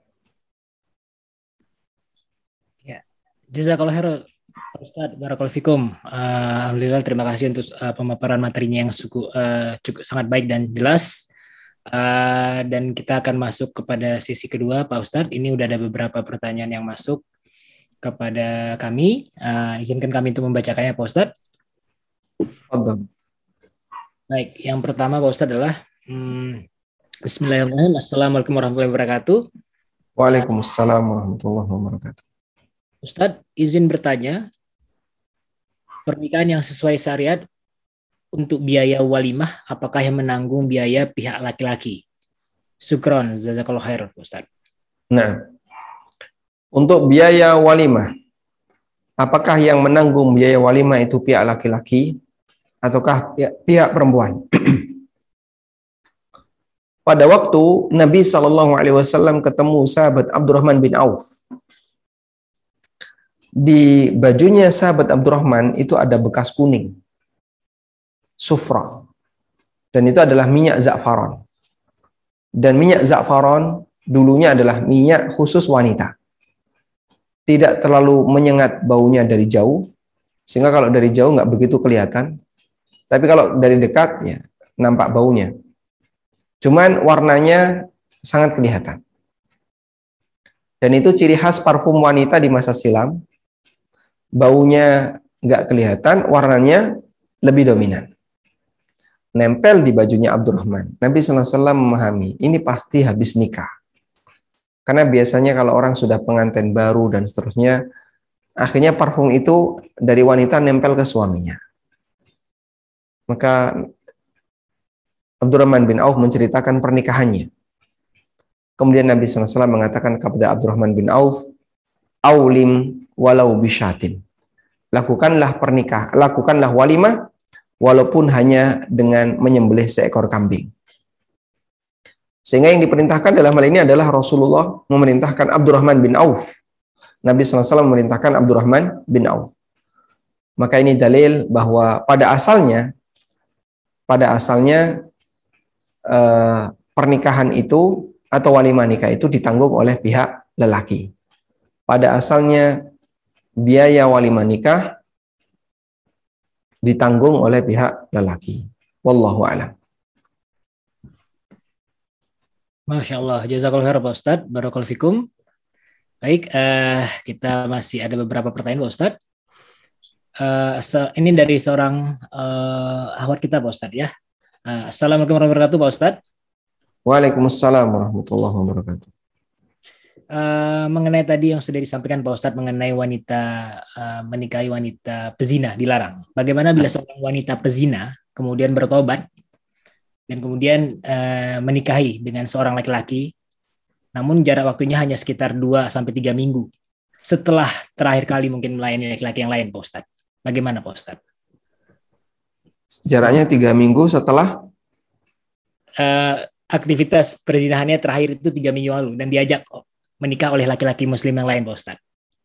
Ya, jazakallahu khairan Ustaz, barakallahu fikum. Alhamdulillah, terima kasih untuk pemaparan materinya yang cukup sangat baik dan jelas. Dan kita akan masuk kepada sesi kedua, Pak Ustadz. Ini udah ada beberapa pertanyaan yang masuk kepada kami. Izinkan kami untuk membacakannya, Pak Ustadz. Baik, yang pertama, Pak Ustadz, adalah Bismillahirrahmanirrahim. Assalamualaikum warahmatullahi wabarakatuh. Waalaikumsalam warahmatullahi wabarakatuh. Ustadz, izin bertanya, pernikahan yang sesuai syariat untuk biaya walimah, apakah yang menanggung biaya pihak laki-laki? Syukron, jazakallahu khair, Ustaz. Nah, untuk biaya walimah, apakah yang menanggung biaya walimah itu pihak laki-laki ataukah pihak perempuan? Pada waktu Nabi SAW ketemu sahabat Abdurrahman bin Auf, di bajunya sahabat Abdurrahman itu ada bekas kuning, sufra, dan itu adalah minyak za'faron. Dan minyak za'faron dulunya adalah minyak khusus wanita, tidak terlalu menyengat baunya dari jauh, sehingga kalau dari jauh nggak begitu kelihatan, tapi kalau dari dekat ya nampak baunya. Cuman warnanya sangat kelihatan, dan itu ciri khas parfum wanita di masa silam. Baunya nggak kelihatan, warnanya lebih dominan. Nempel di bajunya Abdurrahman. Nabi SAW memahami, ini pasti habis nikah. Karena biasanya kalau orang sudah pengantin baru dan seterusnya, akhirnya parfum itu dari wanita nempel ke suaminya. Maka Abdurrahman bin Auf menceritakan pernikahannya. Kemudian Nabi SAW mengatakan kepada Abdurrahman bin Auf, "Aulim walau bisyatin." Lakukanlah walimah walaupun hanya dengan menyembelih seekor kambing. Sehingga yang diperintahkan dalam hal ini adalah Rasulullah memerintahkan Abdurrahman bin Auf. Nabi SAW memerintahkan Abdurrahman bin Auf. Maka ini dalil bahwa pada asalnya pernikahan itu atau walimah nikah itu ditanggung oleh pihak lelaki. Pada asalnya biaya walimah nikah ditanggung oleh pihak lelaki. Wallahu a'lam. Masya Allah, jazakallahu khair Pak Ustadz, barakallahu fikum. Baik, kita masih ada beberapa pertanyaan Pak Ustadz. Ini dari seorang akhwat kita Pak Ustadz ya. Assalamualaikum warahmatullahi wabarakatuh Pak Ustadz. Waalaikumsalam warahmatullahi wabarakatuh. Mengenai tadi yang sudah disampaikan Pak Ustadz mengenai wanita menikahi wanita pezina dilarang. Bagaimana bila seorang wanita pezina kemudian bertobat dan kemudian menikahi dengan seorang laki-laki, namun jarak waktunya hanya sekitar 2-3 minggu setelah terakhir kali mungkin melayani laki-laki yang lain Pak Ustadz. Bagaimana Pak Ustadz? Jaraknya 3 minggu setelah aktivitas perzinahannya terakhir itu 3 minggu lalu dan diajak menikah oleh laki-laki muslim yang lain, Pak Ustadz.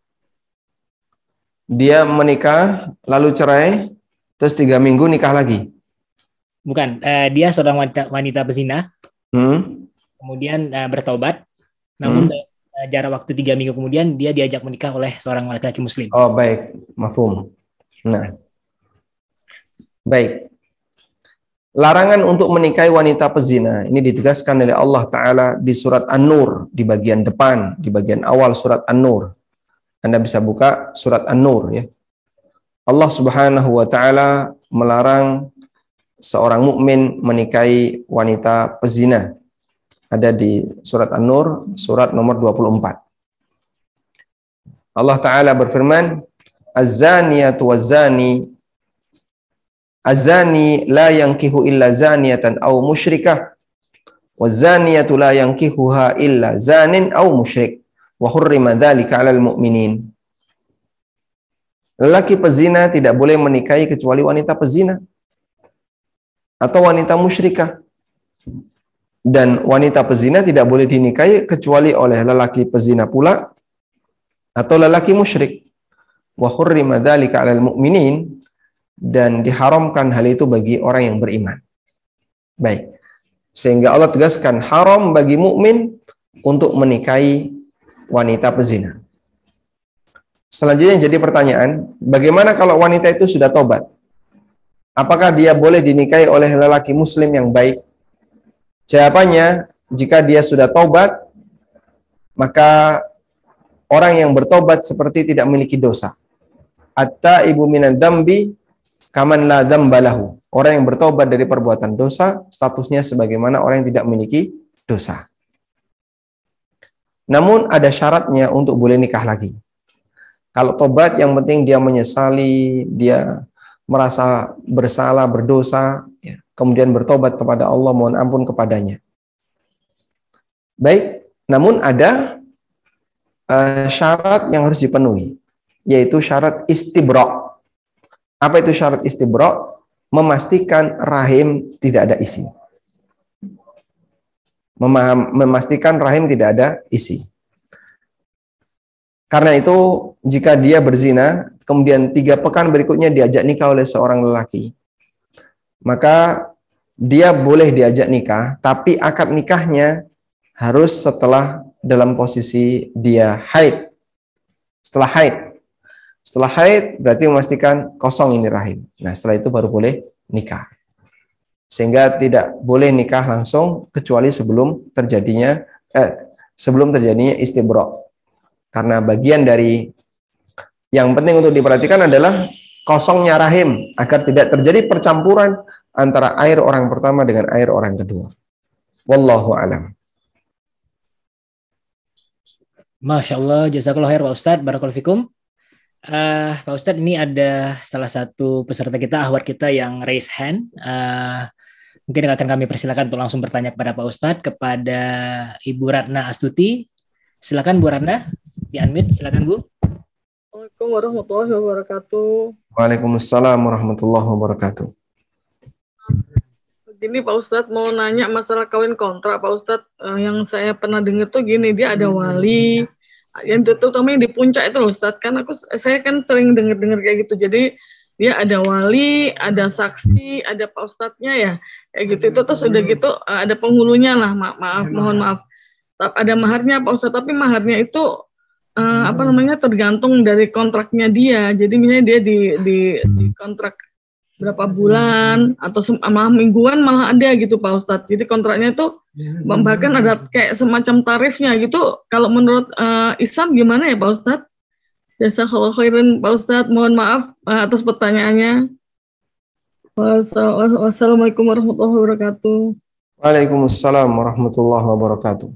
Dia menikah, lalu cerai, terus 3 minggu nikah lagi? Bukan, dia seorang wanita pezina, kemudian bertaubat, namun jarak waktu 3 minggu kemudian dia diajak menikah oleh seorang laki-laki muslim. Oh baik, mafhum. Nah, baik. Larangan untuk menikahi wanita pezina ini ditegaskan oleh Allah Ta'ala di surat An-Nur, di bagian depan, di bagian awal surat An-Nur. Anda bisa buka surat An-Nur ya. Allah Subhanahu wa Ta'ala melarang seorang mukmin menikahi wanita pezina. Ada di surat An-Nur, surat nomor 24. Allah Ta'ala berfirman, Az-zaniyatu waz-zani Az-zani la yankihu illa zaniyatan aw musyrikah waz-zaniyatu la yankihuha illa zanin aw musyrik wa hurrima dzalika 'alal mu'minin. Lelaki pezina tidak boleh menikahi kecuali wanita pezina atau wanita musyrikah. Dan wanita pezina tidak boleh dinikahi kecuali oleh lelaki pezina pula atau lelaki musyrik. Wa hurrima dzalika 'alal mu'minin, dan diharamkan hal itu bagi orang yang beriman. Baik. Sehingga Allah tegaskan haram bagi mukmin untuk menikahi wanita pezina. Selanjutnya jadi pertanyaan, bagaimana kalau wanita itu sudah tobat? Apakah dia boleh dinikahi oleh lelaki muslim yang baik? Jawabannya, jika dia sudah tobat, maka orang yang bertobat seperti tidak memiliki dosa. At-taibu minan dzambi kaman la dzambalahu. Orang yang bertobat dari perbuatan dosa, statusnya sebagaimana orang yang tidak memiliki dosa. Namun ada syaratnya untuk boleh nikah lagi. Kalau tobat, yang penting dia menyesali, dia merasa bersalah, berdosa, ya, kemudian bertobat kepada Allah, mohon ampun kepadanya. Baik, namun ada syarat yang harus dipenuhi, yaitu syarat istibra'. Apa itu syarat istibra'? Memastikan rahim tidak ada isi. Memastikan rahim tidak ada isi. Karena itu, jika dia berzina, kemudian 3 pekan berikutnya diajak nikah oleh seorang lelaki, maka dia boleh diajak nikah, tapi akad nikahnya harus setelah dalam posisi dia haid. Setelah haid berarti memastikan kosong ini rahim. Nah, setelah itu baru boleh nikah. Sehingga tidak boleh nikah langsung kecuali sebelum terjadinya istibra'. Karena bagian dari yang penting untuk diperhatikan adalah kosongnya rahim, agar tidak terjadi percampuran antara air orang pertama dengan air orang kedua. Wallahu a'lam. Masya Allah, jazakallah khair Pak Ustadz, barakallahu fikum. Pak Ustadz, ini ada salah satu peserta kita, ahwat kita yang raise hand. Mungkin akan kami persilakan untuk langsung bertanya kepada Pak Ustadz, kepada Ibu Ratna Astuti. Silakan Bu Ratna, di-unmute, silakan Bu. Assalamualaikum warahmatullahi wabarakatuh. Waalaikumsalam warahmatullahi wabarakatuh. Gini Pak Ustadz, mau nanya masalah kawin kontrak Pak Ustadz. Yang saya pernah dengar tuh gini, dia ada wali, yang terutama yang di puncak itu loh Ustadz. Kan saya kan sering dengar kayak gitu. Jadi dia ada wali, ada saksi, ada Pak Ustadznya ya, kayak gitu. Itu terus udah gitu ada penghulunya lah, mohon maaf. Ada maharnya Pak Ustadz, tapi maharnya itu tergantung dari kontraknya dia. Jadi misalnya dia di kontrak berapa bulan atau malah mingguan malah ada gitu Pak Ustadz. Jadi kontraknya itu bahkan ada kayak semacam tarifnya gitu. Kalau menurut Islam gimana ya Pak Ustadz? Jazakallahu khairan Pak Ustadz. Mohon maaf atas pertanyaannya. Wassalamualaikum warahmatullahi wabarakatuh. Waalaikumsalam warahmatullahi wabarakatuh.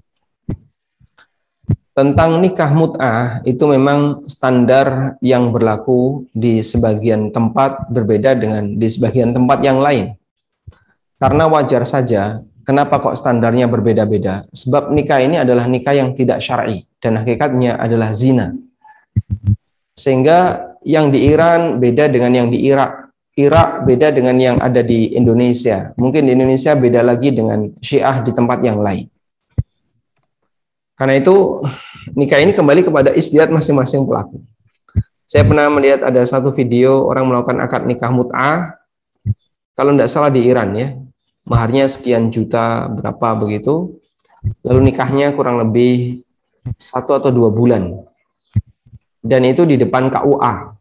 Tentang nikah mut'ah, itu memang standar yang berlaku di sebagian tempat berbeda dengan di sebagian tempat yang lain. Karena wajar saja, kenapa kok standarnya berbeda-beda? Sebab nikah ini adalah nikah yang tidak syar'i dan hakikatnya adalah zina. Sehingga yang di Iran beda dengan yang di Irak. Irak beda dengan yang ada di Indonesia. Mungkin di Indonesia beda lagi dengan Syiah di tempat yang lain. Karena itu nikah ini kembali kepada ijtihad masing-masing pelaku. Saya pernah melihat ada satu video orang melakukan akad nikah mut'ah, kalau tidak salah di Iran ya, maharnya sekian juta berapa begitu, lalu nikahnya kurang lebih 1 atau 2 bulan, dan itu di depan KUA,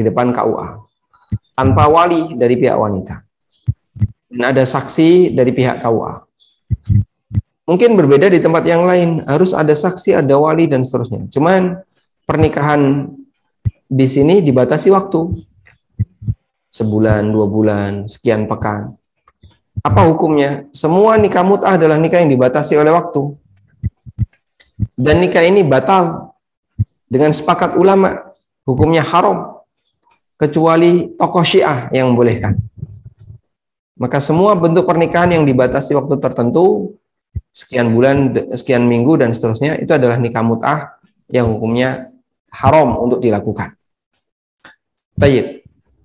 tanpa wali dari pihak wanita, dan ada saksi dari pihak KUA. Mungkin berbeda di tempat yang lain, harus ada saksi, ada wali, dan seterusnya. Cuman pernikahan di sini dibatasi waktu. Sebulan, 2 bulan, sekian pekan. Apa hukumnya? Semua nikah mut'ah adalah nikah yang dibatasi oleh waktu. Dan nikah ini batal. Dengan sepakat ulama, hukumnya haram. Kecuali tokoh Syiah yang membolehkan. Maka semua bentuk pernikahan yang dibatasi waktu tertentu, sekian bulan, sekian minggu, dan seterusnya, itu adalah nikah mut'ah yang hukumnya haram untuk dilakukan. Tayyib.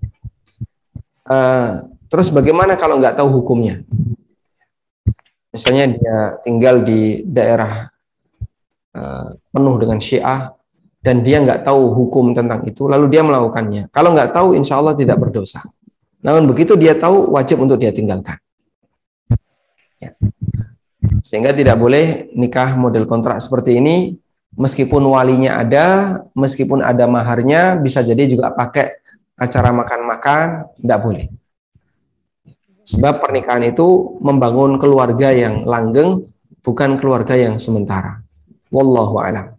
Terus bagaimana kalau nggak tahu hukumnya? Misalnya dia tinggal di daerah penuh dengan Syiah dan dia nggak tahu hukum tentang itu, lalu dia melakukannya. Kalau nggak tahu, insya Allah tidak berdosa. Namun begitu dia tahu, wajib untuk dia tinggalkan. Ya. Sehingga tidak boleh nikah model kontrak seperti ini, meskipun walinya ada, meskipun ada maharnya, bisa jadi juga pakai acara makan-makan, tidak boleh. Sebab pernikahan itu membangun keluarga yang langgeng, bukan keluarga yang sementara. Wallahu a'lam.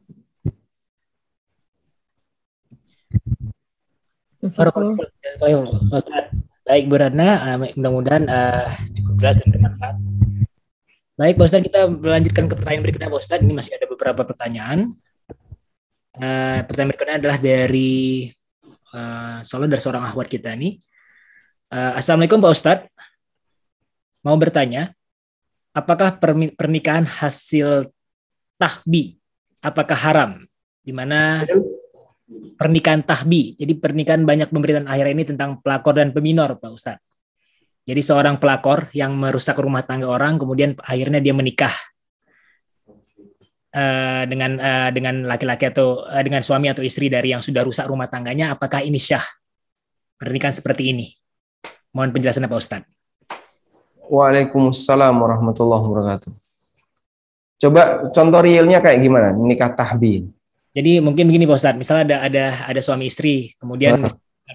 Baik Bu Ratna, mudah-mudahan cukup jelas dan bermanfaat. Baik Pak Ustadz, kita melanjutkan ke pertanyaan berikutnya Pak Ustadz. Ini masih ada beberapa pertanyaan. Pertanyaan berikutnya adalah dari dari seorang akhwat kita nih. Assalamualaikum Pak Ustadz. Mau bertanya, apakah pernikahan hasil tahbi apakah haram? Di mana pernikahan tahbi, jadi pernikahan banyak pemberitaan akhir ini tentang pelakor dan peminor Pak Ustadz. Jadi seorang pelakor yang merusak rumah tangga orang, kemudian akhirnya dia menikah dengan laki-laki atau dengan suami atau istri dari yang sudah rusak rumah tangganya. Apakah ini syah pernikahan seperti ini? Mohon penjelasannya Pak Ustadz. Waalaikumsalam warahmatullahi wabarakatuh. Coba contoh realnya kayak gimana nikah tahbi? Jadi mungkin begini Pak Ustadz, misalnya ada suami istri, kemudian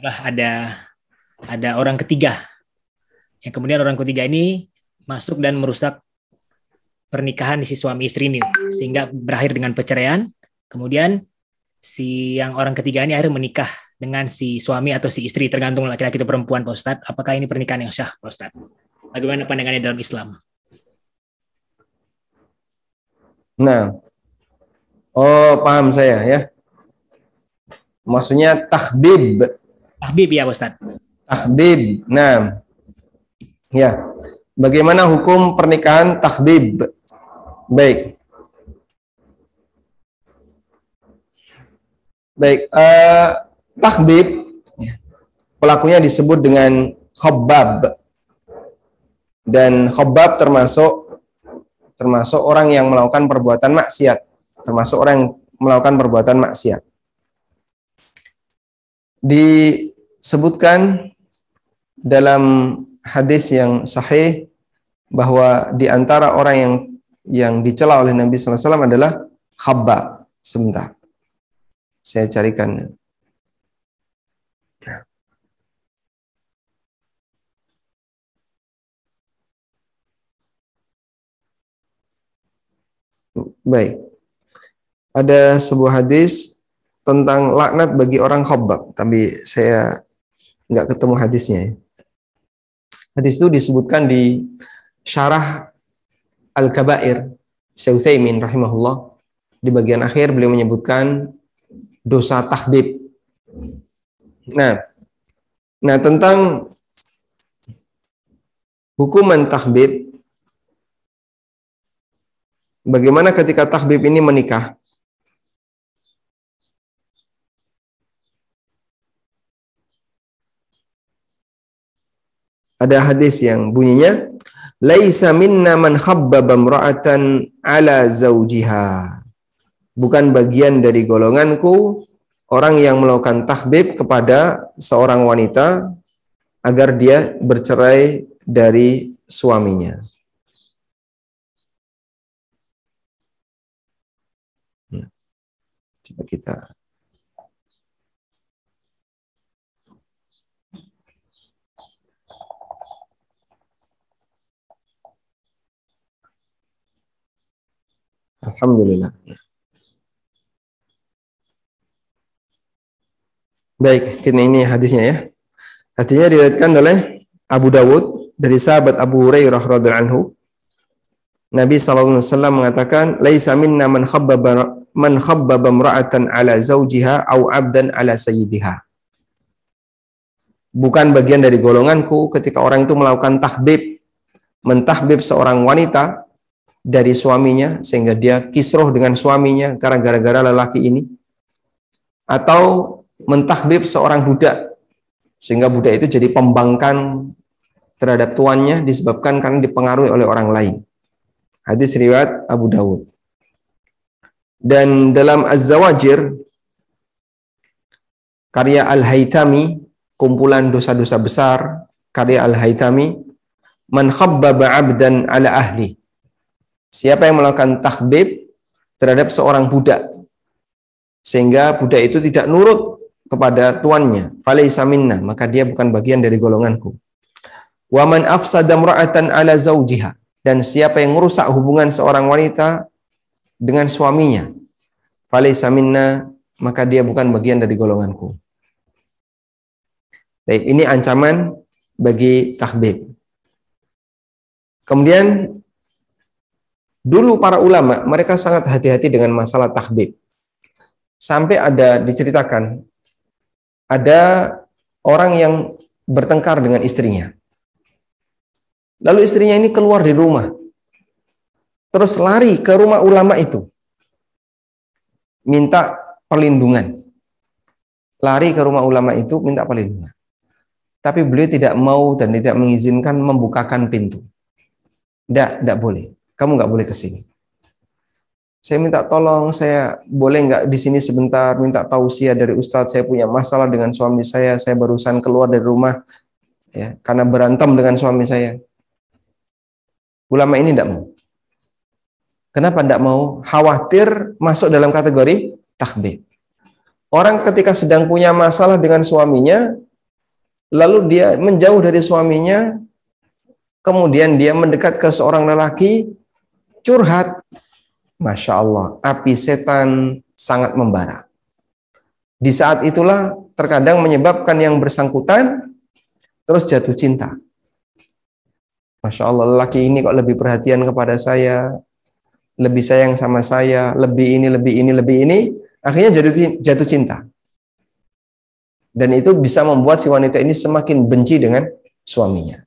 ada orang ketiga. Yang kemudian orang ketiga ini masuk dan merusak pernikahan si suami istri ini, sehingga berakhir dengan perceraian. Kemudian si yang orang ketiga ini akhirnya menikah dengan si suami atau si istri, tergantung laki-laki atau perempuan Pak Ustadz. Apakah ini pernikahan yang syah Pak Ustadz? Bagaimana pandangannya dalam Islam? Nah, paham saya ya. Maksudnya tahbib. Tahbib ya Pak Ustadz. Tahbib. Nah, ya. Bagaimana hukum pernikahan tahbib? Baik. Tahbib pelakunya disebut dengan khabbab. Dan khabbab termasuk orang yang melakukan perbuatan maksiat, termasuk orang yang melakukan perbuatan maksiat. Disebutkan dalam hadis yang sahih bahwa di antara orang yang dicela oleh Nabi sallallahu alaihi wasallam adalah khabbab. Sebentar. Saya carikan. Baik. Ada sebuah hadis tentang laknat bagi orang khabbab, tapi saya nggak ketemu hadisnya. Hadis itu disebutkan di Syarah Al-Kabair Syekh Utsaimin rahimahullah. Di bagian akhir beliau menyebutkan dosa tahbib. Nah tentang hukuman tahbib, bagaimana ketika tahbib ini menikah? Ada hadis yang bunyinya, laisa minna man khabbaba imra'atan ala zawjiha. Bukan bagian dari golonganku orang yang melakukan tahbib kepada seorang wanita agar dia bercerai dari suaminya. Coba kita Alhamdulillah. Baik, ini hadisnya ya. Hadisnya diriwayatkan oleh Abu Dawud dari sahabat Abu Hurairah radhiyallahu anhu. Nabi sallallahu alaihi wasallam mengatakan, "Laisa minna man khabbaba imra'atan ala zawjiha aw 'abdan ala sayyidiha." Bukan bagian dari golonganku ketika orang itu melakukan tahbib, mentahbib seorang wanita dari suaminya sehingga dia kisruh dengan suaminya karena gara-gara lelaki ini, atau mentahbib seorang budak Sehingga budak itu jadi pembangkang terhadap tuannya disebabkan karena dipengaruhi oleh orang lain. Hadis riwayat Abu Dawud. Dan dalam Az-Zawajir karya Al-Haytami, kumpulan dosa-dosa besar karya Al-Haytami, man khabbaba 'abdan 'ala ahli. Siapa yang melakukan takhbib terhadap seorang budak sehingga budak itu tidak nurut kepada tuannya, falaysa minna, maka dia bukan bagian dari golonganku. Wa man afsada imra'atan 'ala zawjiha, dan siapa yang merusak hubungan seorang wanita dengan suaminya, falaysa minna, maka dia bukan bagian dari golonganku. Baik, ini ancaman bagi takhbib. Kemudian dulu para ulama mereka sangat hati-hati dengan masalah takhbib. Sampai ada diceritakan ada orang yang bertengkar dengan istrinya. Lalu istrinya ini keluar dari rumah, terus lari ke rumah ulama itu, minta perlindungan. Lari ke rumah ulama itu, minta perlindungan. Tapi beliau tidak mau dan tidak mengizinkan membukakan pintu. Tidak boleh. Kamu nggak boleh ke sini. Saya minta tolong, saya boleh nggak di sini sebentar, minta tausiah dari Ustadz, saya punya masalah dengan suami saya barusan keluar dari rumah ya, karena berantem dengan suami saya. Ulama ini tidak mau. Kenapa tidak mau? Khawatir masuk dalam kategori takhbib. Orang ketika sedang punya masalah dengan suaminya, lalu dia menjauh dari suaminya, kemudian dia mendekat ke seorang lelaki, curhat. Masya Allah, api setan sangat membara. Di saat itulah terkadang menyebabkan yang bersangkutan terus jatuh cinta. Masya Allah, lelaki ini kok lebih perhatian kepada saya, lebih sayang sama saya, lebih ini, akhirnya jatuh cinta. Dan itu bisa membuat si wanita ini semakin benci dengan suaminya.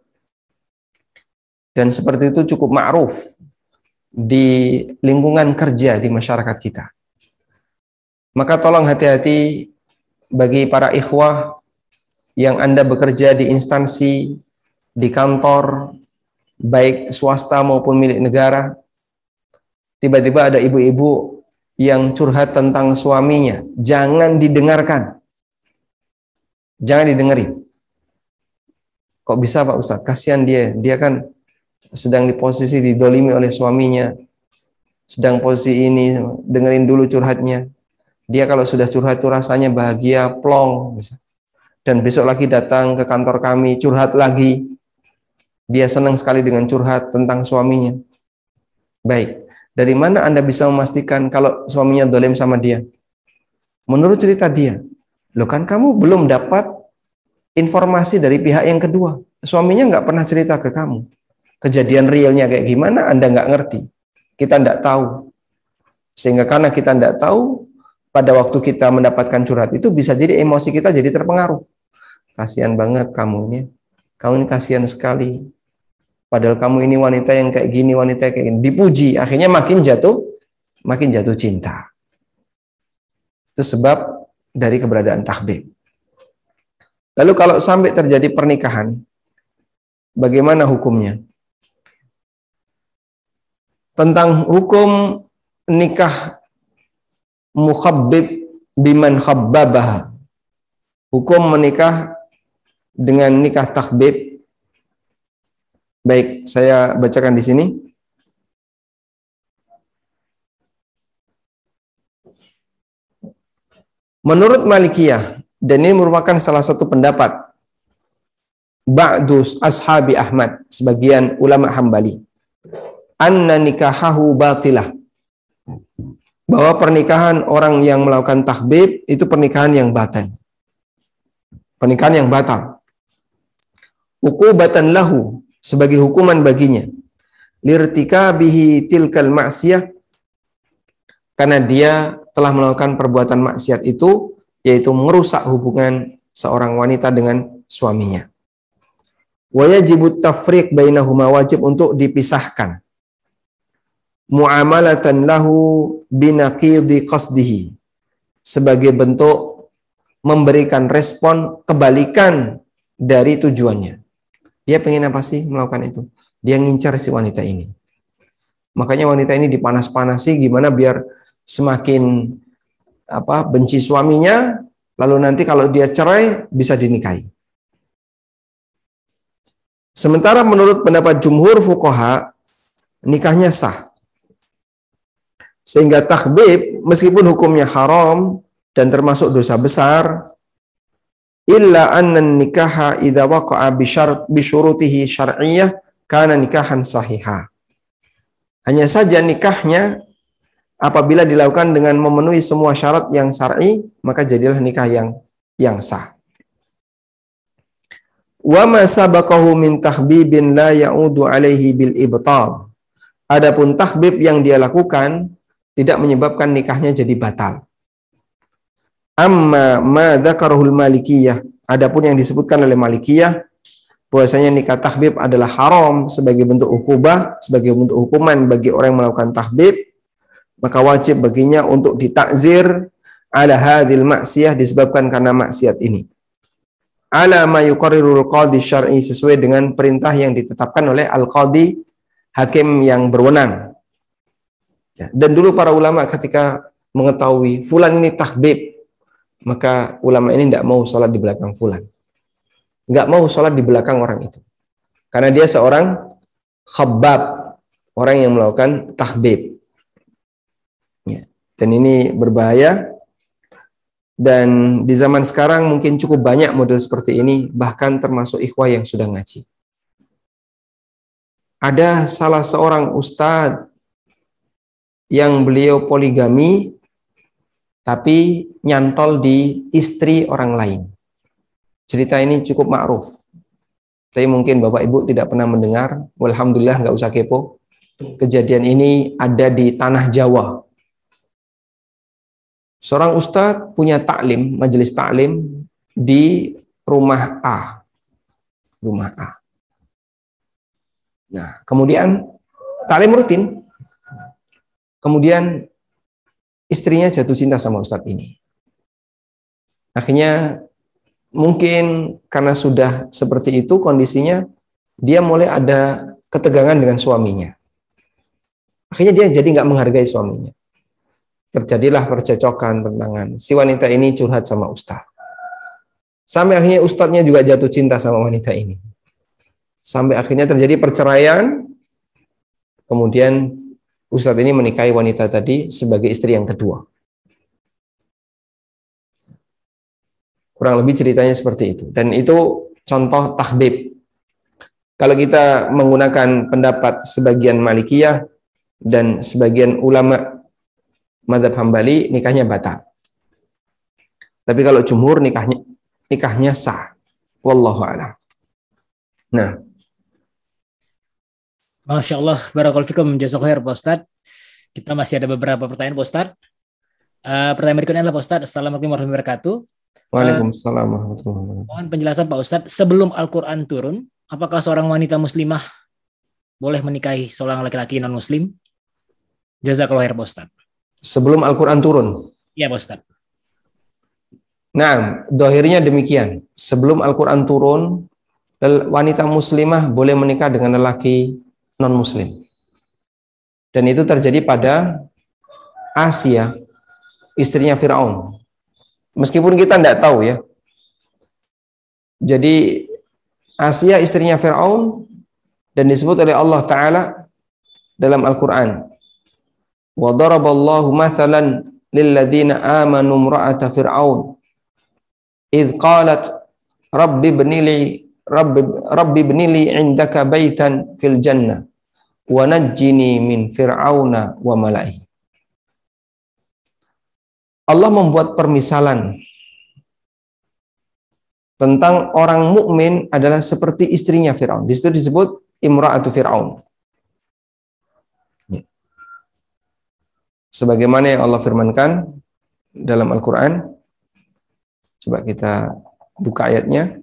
Dan seperti itu cukup ma'ruf di lingkungan kerja di masyarakat kita. Maka tolong hati-hati bagi para ikhwah yang Anda bekerja di instansi, di kantor, baik swasta maupun milik negara. Tiba-tiba ada ibu-ibu yang curhat tentang suaminya, jangan didengarkan. Jangan didengerin. Kok bisa Pak Ustadz? Kasihan dia kan sedang di posisi didolimi oleh suaminya, sedang posisi ini, dengerin dulu curhatnya. Dia kalau sudah curhat itu rasanya bahagia, plong. Dan besok lagi datang ke kantor kami, curhat lagi. Dia senang sekali dengan curhat tentang suaminya. Baik, dari mana Anda bisa memastikan kalau suaminya dolim sama dia? Menurut cerita dia, loh kan kamu belum dapat informasi dari pihak yang kedua. Suaminya nggak pernah cerita ke kamu. Kejadian realnya kayak gimana, Anda nggak ngerti. Kita nggak tahu. Sehingga karena kita nggak tahu, pada waktu kita mendapatkan curhat itu bisa jadi emosi kita jadi terpengaruh. Kasihan banget kamu ini kasihan sekali. Padahal kamu ini wanita yang kayak gini, wanita kayak gini. Dipuji, akhirnya makin jatuh cinta. Itu sebab dari keberadaan takhbib. Lalu kalau sampai terjadi pernikahan, bagaimana hukumnya? Tentang hukum nikah mukhabbib biman khabbabah. Hukum menikah dengan nikah takhbib. Baik, saya bacakan di sini. Menurut Malikiyah, dan ini merupakan salah satu pendapat ba'dus ashabi Ahmad, sebagian ulama Hambali, anna nikahahu batilah, bahwa pernikahan orang yang melakukan takhbib itu pernikahan yang batal. Pernikahan yang batal. Uqubatan lahu, sebagai hukuman baginya. Lirtikabihi tilkal ma'siyah, karena dia telah melakukan perbuatan maksiat itu, yaitu merusak hubungan seorang wanita dengan suaminya. Wa yajibut tafriq bainahuma, wajib untuk dipisahkan. Muamalatan lahu binaqidi qasdihi, sebagai bentuk memberikan respon kebalikan dari tujuannya. Dia pengen apa sih melakukan itu? Dia ngincar si wanita ini. Makanya wanita ini dipanas-panasi gimana biar semakin benci suaminya, lalu nanti kalau dia cerai bisa dinikahi. Sementara menurut pendapat jumhur fuqaha, nikahnya sah. Sehingga takhbib meskipun hukumnya haram dan termasuk dosa besar, illa anna nikaha idza waqa'a bi syurutihi syar'iyyah kana nikahan sahihah. Hanya saja nikahnya apabila dilakukan dengan memenuhi semua syarat yang syar'i, maka jadilah nikah yang sah. Wa ma sabaqahu min takhbibin la ya'udu alaihi bil ibtal. Adapun takhbib yang dia lakukan tidak menyebabkan nikahnya jadi batal. Amma ma dzakarahul Malikiyah, adapun yang disebutkan oleh Malikiyah bahwasanya nikah takhbib adalah haram sebagai bentuk ukubah, sebagai bentuk hukuman bagi orang yang melakukan takhbib, maka wajib baginya untuk ditakzir ala hadhil maksiyah disebabkan karena maksiat ini. Ala ma yuqarrirul qadhi syar'i sesuai dengan perintah yang ditetapkan oleh al-qadhi, hakim yang berwenang. Ya, dan dulu para ulama ketika mengetahui fulan ini takhbib, maka ulama ini tidak mau sholat di belakang fulan. Nggak mau sholat di belakang orang itu. Karena dia seorang khabbab, orang yang melakukan takhbib. Ya. Dan ini berbahaya. Dan di zaman sekarang mungkin cukup banyak model seperti ini, bahkan termasuk ikhwah yang sudah ngaji. Ada salah seorang ustadz yang beliau poligami, tapi nyantol di istri orang lain. Cerita ini cukup ma'ruf. Tapi mungkin Bapak Ibu tidak pernah mendengar. Alhamdulillah nggak usah kepo. Kejadian ini ada di tanah Jawa. Seorang ustadz punya taklim, majelis taklim di rumah A. Rumah A. Nah, kemudian taklim rutin. Kemudian istrinya jatuh cinta sama ustadz ini. Akhirnya mungkin karena sudah seperti itu kondisinya, dia mulai ada ketegangan dengan suaminya. Akhirnya dia jadi nggak menghargai suaminya. Terjadilah percecokan, tentangan. Si wanita ini curhat sama ustadz. Sampai akhirnya ustadznya juga jatuh cinta sama wanita ini. Sampai akhirnya terjadi perceraian. Kemudian ustadz ini menikahi wanita tadi sebagai istri yang kedua. Kurang lebih ceritanya seperti itu. Dan itu contoh takhbib. Kalau kita menggunakan pendapat sebagian Malikiyah dan sebagian ulama mazhab Hambali, nikahnya batal. Tapi kalau jumhur nikahnya sah. Wallahu a'lam. Nah, Masya Allah, barakallahu fikum, jazakallahu khair Pak Ustadz. Kita masih ada beberapa pertanyaan Pak Ustadz. Pertanyaan berikutnya adalah Pak Ustadz, Assalamualaikum warahmatullahi wabarakatuh. Waalaikumsalam warahmatullahi wabarakatuh. Mohon penjelasan Pak Ustadz, sebelum Al-Quran turun, apakah seorang wanita muslimah boleh menikahi seorang laki-laki non-muslim? Jazakallahu khair Pak Ustadz. Sebelum Al-Quran turun? Iya Pak Ustadz. Nah, dohirnya demikian. Sebelum Al-Quran turun, wanita muslimah boleh menikah dengan lelaki non-muslim. Dan itu terjadi pada Asia, istrinya Fir'aun. Meskipun kita tidak tahu ya. Jadi Asia istrinya Fir'aun dan disebut oleh Allah Ta'ala dalam Al-Quran. Wa daraballahu mathalan lilladzina amanu imra'ata fir'aun idh qalat rabbi ibnili 'indaka baitan fil jannah wa najjini min fir'auna wa mala'ihi. Allah membuat permisalan tentang orang mukmin adalah seperti istrinya Fir'aun. Di situ disebut imra'atu Fir'aun. Sebagaimana yang Allah firmankan dalam Al-Quran. Coba kita buka ayatnya.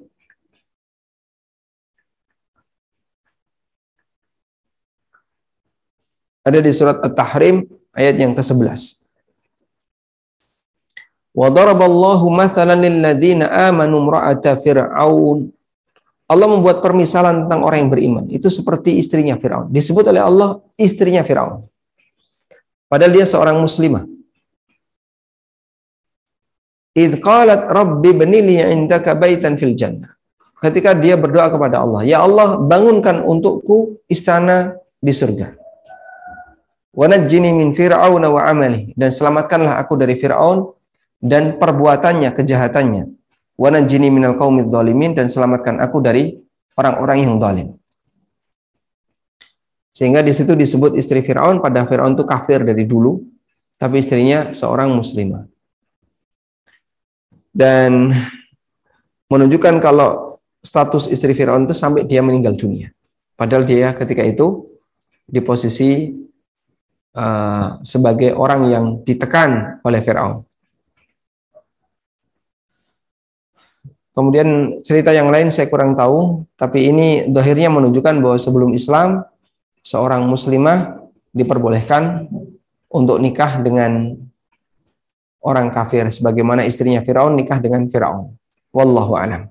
Ada di surat At-Tahrim ayat yang ke-11. Wa daraballahu mathalan lil ladzina amanu imra'ata fir'aun. Allah membuat permisalan tentang orang yang beriman. Itu seperti istrinya Firaun. Disebut oleh Allah istrinya Firaun. Padahal dia seorang muslimah. Idz qalat rabbi ibni li 'indaka baitan fil jannah. Ketika dia berdoa kepada Allah, ya Allah, bangunkan untukku istana di surga. Wa najjini min fir'auna wa 'amalihi, dan selamatkanlah aku dari Firaun dan perbuatannya, kejahatannya. Wa najjini minal qaumidz zalimin, dan selamatkan aku dari orang-orang yang zalim. Sehingga di situ disebut istri Firaun, pada Firaun itu kafir dari dulu, tapi istrinya seorang muslimah. Dan menunjukkan kalau status istri Firaun itu sampai dia meninggal dunia. Padahal dia ketika itu di posisi sebagai orang yang ditekan oleh Firaun. Kemudian cerita yang lain saya kurang tahu, tapi ini zahirnya menunjukkan bahwa sebelum Islam, seorang muslimah diperbolehkan untuk nikah dengan orang kafir, sebagaimana istrinya Firaun nikah dengan Firaun. Wallahu a'lam.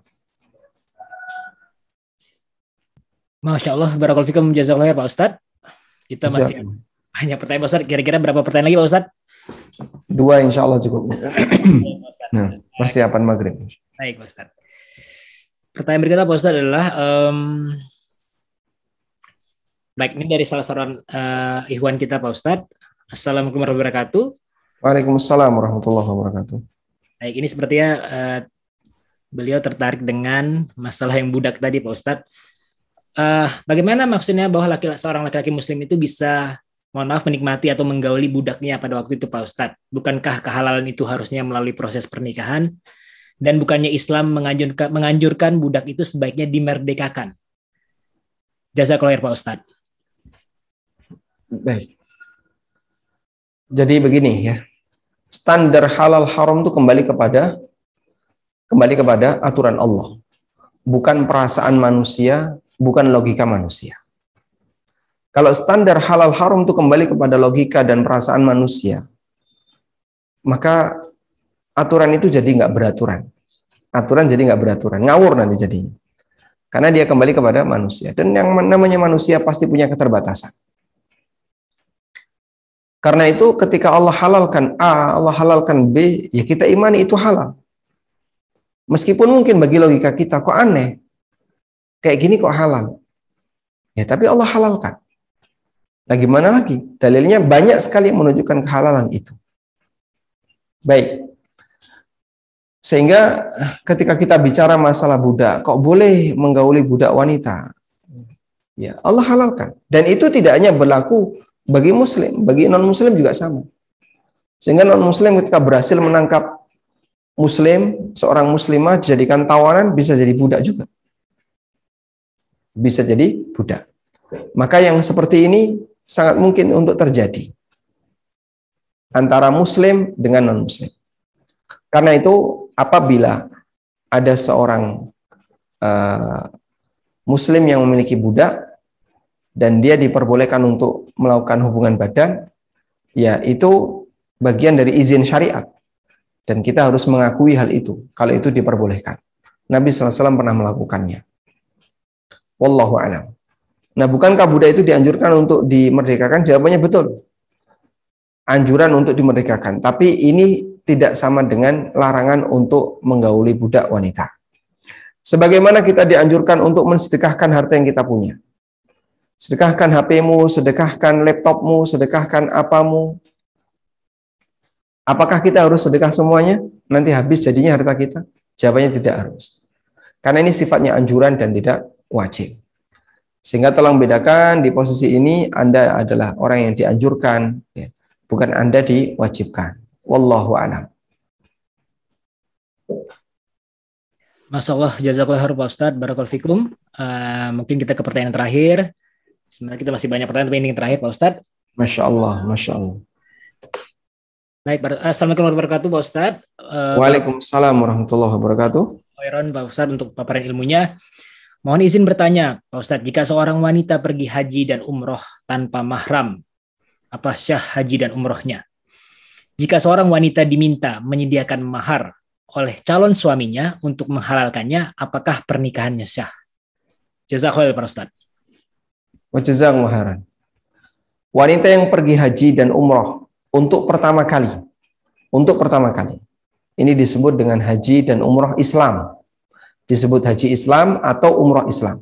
Masya Allah, barakallahu fikum, jazakallahu khair Pak Ustadz. Kita masih banyak pertanyaan Pak Ustadz. Kira-kira berapa pertanyaan lagi Pak Ustadz? 2 insya Allah cukup. Nah, persiapan maghrib. Baik Pak Ustadz. Pertanyaan berikutnya Pak Ustadz adalah baik, ini dari salah seorang ikhwan kita Pak Ustadz. Assalamualaikum warahmatullahi wabarakatuh. Waalaikumsalam warahmatullahi wabarakatuh. Baik, ini sepertinya beliau tertarik dengan masalah yang budak tadi Pak Ustadz. Bagaimana maksudnya bahwa seorang laki-laki muslim itu bisa, mohon maaf, menikmati atau menggauli budaknya pada waktu itu Pak Ustadz? Bukankah kehalalan itu harusnya melalui proses pernikahan? Dan bukannya Islam menganjurkan budak itu sebaiknya dimerdekakan? Jazakallahu khair Pak Ustadz. Baik. Jadi begini ya. Standar halal haram itu kembali kepada aturan Allah. Bukan perasaan manusia, bukan logika manusia. Kalau standar halal haram itu kembali kepada logika dan perasaan manusia, maka aturan itu jadi nggak beraturan. Aturan jadi nggak beraturan, ngawur nanti jadinya. Karena dia kembali kepada manusia. Dan yang namanya manusia pasti punya keterbatasan. Karena itu ketika Allah halalkan A, Allah halalkan B, ya kita imani itu halal. Meskipun mungkin bagi logika kita, kok aneh, kayak gini kok halal. Ya tapi Allah halalkan. Nah gimana lagi? Dalilnya banyak sekali yang menunjukkan kehalalan itu. Baik. Sehingga ketika kita bicara masalah budak, kok boleh menggauli budak wanita? Ya Allah halalkan. Dan itu tidak hanya berlaku bagi muslim, bagi non-muslim juga sama. Sehingga non-muslim ketika berhasil menangkap muslim, seorang muslimah dijadikan tawanan, bisa jadi budak juga. Bisa jadi budak. Maka yang seperti ini sangat mungkin untuk terjadi antara muslim dengan non-muslim. Karena itu apabila ada seorang muslim yang memiliki budak dan dia diperbolehkan untuk melakukan hubungan badan, ya itu bagian dari izin syariat. Dan kita harus mengakui hal itu, kalau itu diperbolehkan. Nabi SAW pernah melakukannya. Wallahu a'lam. Nah, bukankah budak itu dianjurkan untuk dimerdekakan? Jawabannya betul. Anjuran untuk dimerdekakan. Tapi ini tidak sama dengan larangan untuk menggauli budak wanita. Sebagaimana kita dianjurkan untuk mensedekahkan harta yang kita punya. Sedekahkan HP-mu, sedekahkan laptopmu, sedekahkan apamu. Apakah kita harus sedekah semuanya? Nanti habis jadinya harta kita? Jawabannya tidak harus. Karena ini sifatnya anjuran dan tidak wajib. Sehingga tolong bedakan di posisi ini Anda adalah orang yang dianjurkan, ya, bukan Anda diwajibkan. Wallahu a'lam. Masya Allah, jazakallahu khair Pak Ustadz, barakallahu fikum. Mungkin kita ke pertanyaan terakhir. Sebenarnya kita masih banyak pertanyaan, tapi ini yang terakhir Pak Ustadz. Masya Allah, Masya Allah. Baik, assalamualaikum warahmatullahi wabarakatuh Pak Ustadz. Waalaikumsalam warahmatullahi wabarakatuh. Khairan Pak Ustadz untuk paparan ilmunya. Mohon izin bertanya Pak Ustadz, jika seorang wanita pergi haji dan umroh tanpa mahram, apa syah haji dan umrohnya? Jika seorang wanita diminta menyediakan mahar oleh calon suaminya untuk menghalalkannya, apakah pernikahannya sah? Jazakallahu Pak Ustaz. Wa jazakumullahu khairan. Wanita yang pergi haji dan umroh untuk pertama kali, ini disebut dengan haji dan umroh Islam. Disebut haji Islam atau umroh Islam.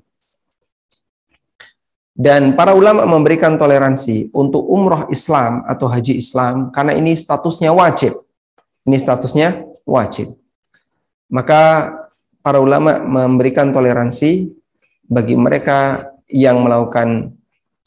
Dan para ulama memberikan toleransi untuk umroh Islam atau haji Islam karena ini statusnya wajib. Ini statusnya wajib. Maka para ulama memberikan toleransi bagi mereka yang melakukan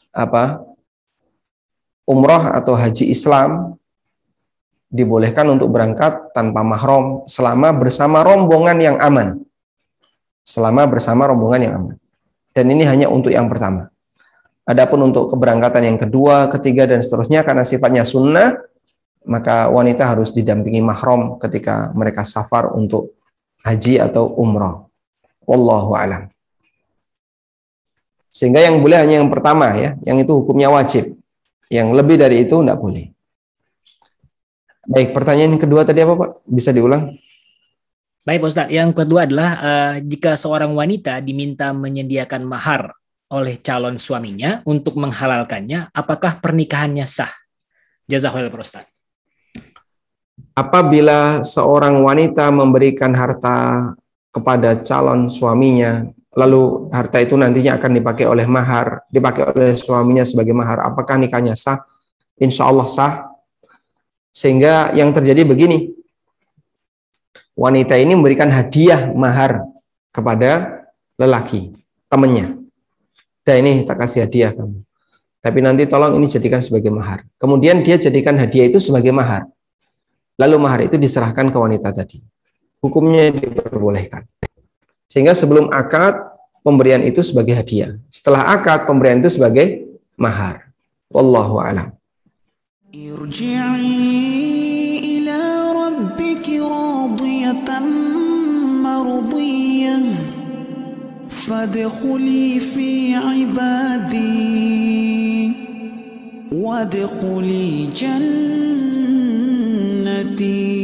umroh atau haji Islam dibolehkan untuk berangkat tanpa mahram selama bersama rombongan yang aman. Selama bersama rombongan yang aman. Dan ini hanya untuk yang pertama. Adapun untuk keberangkatan yang kedua, ketiga, dan seterusnya karena sifatnya sunnah, maka wanita harus didampingi mahram ketika mereka safar untuk haji atau umrah. Wallahu a'lam. Sehingga yang boleh hanya yang pertama ya, yang itu hukumnya wajib. Yang lebih dari itu tidak boleh. Baik, pertanyaan yang kedua tadi apa Pak? Bisa diulang? Baik Pak Ustadz, yang kedua adalah jika seorang wanita diminta menyediakan mahar oleh calon suaminya untuk menghalalkannya, apakah pernikahannya sah? Jazakallahu Pak Ustadz. Apabila seorang wanita memberikan harta kepada calon suaminya, lalu harta itu nantinya akan dipakai oleh suaminya sebagai mahar, apakah nikahnya sah? Insya Allah sah. Sehingga yang terjadi begini, wanita ini memberikan hadiah mahar kepada lelaki, temannya. Dan ini tak kasih hadiah kamu. Tapi nanti tolong ini jadikan sebagai mahar. Kemudian dia jadikan hadiah itu sebagai mahar. Lalu mahar itu diserahkan ke wanita tadi. Hukumnya diperbolehkan. Sehingga sebelum akad, pemberian itu sebagai hadiah. Setelah akad, pemberian itu sebagai mahar. Wallahu a'lam. Irji'i ila rabbiki radiyatan mardiyah. فادخلي في عبادي وادخلي جنتي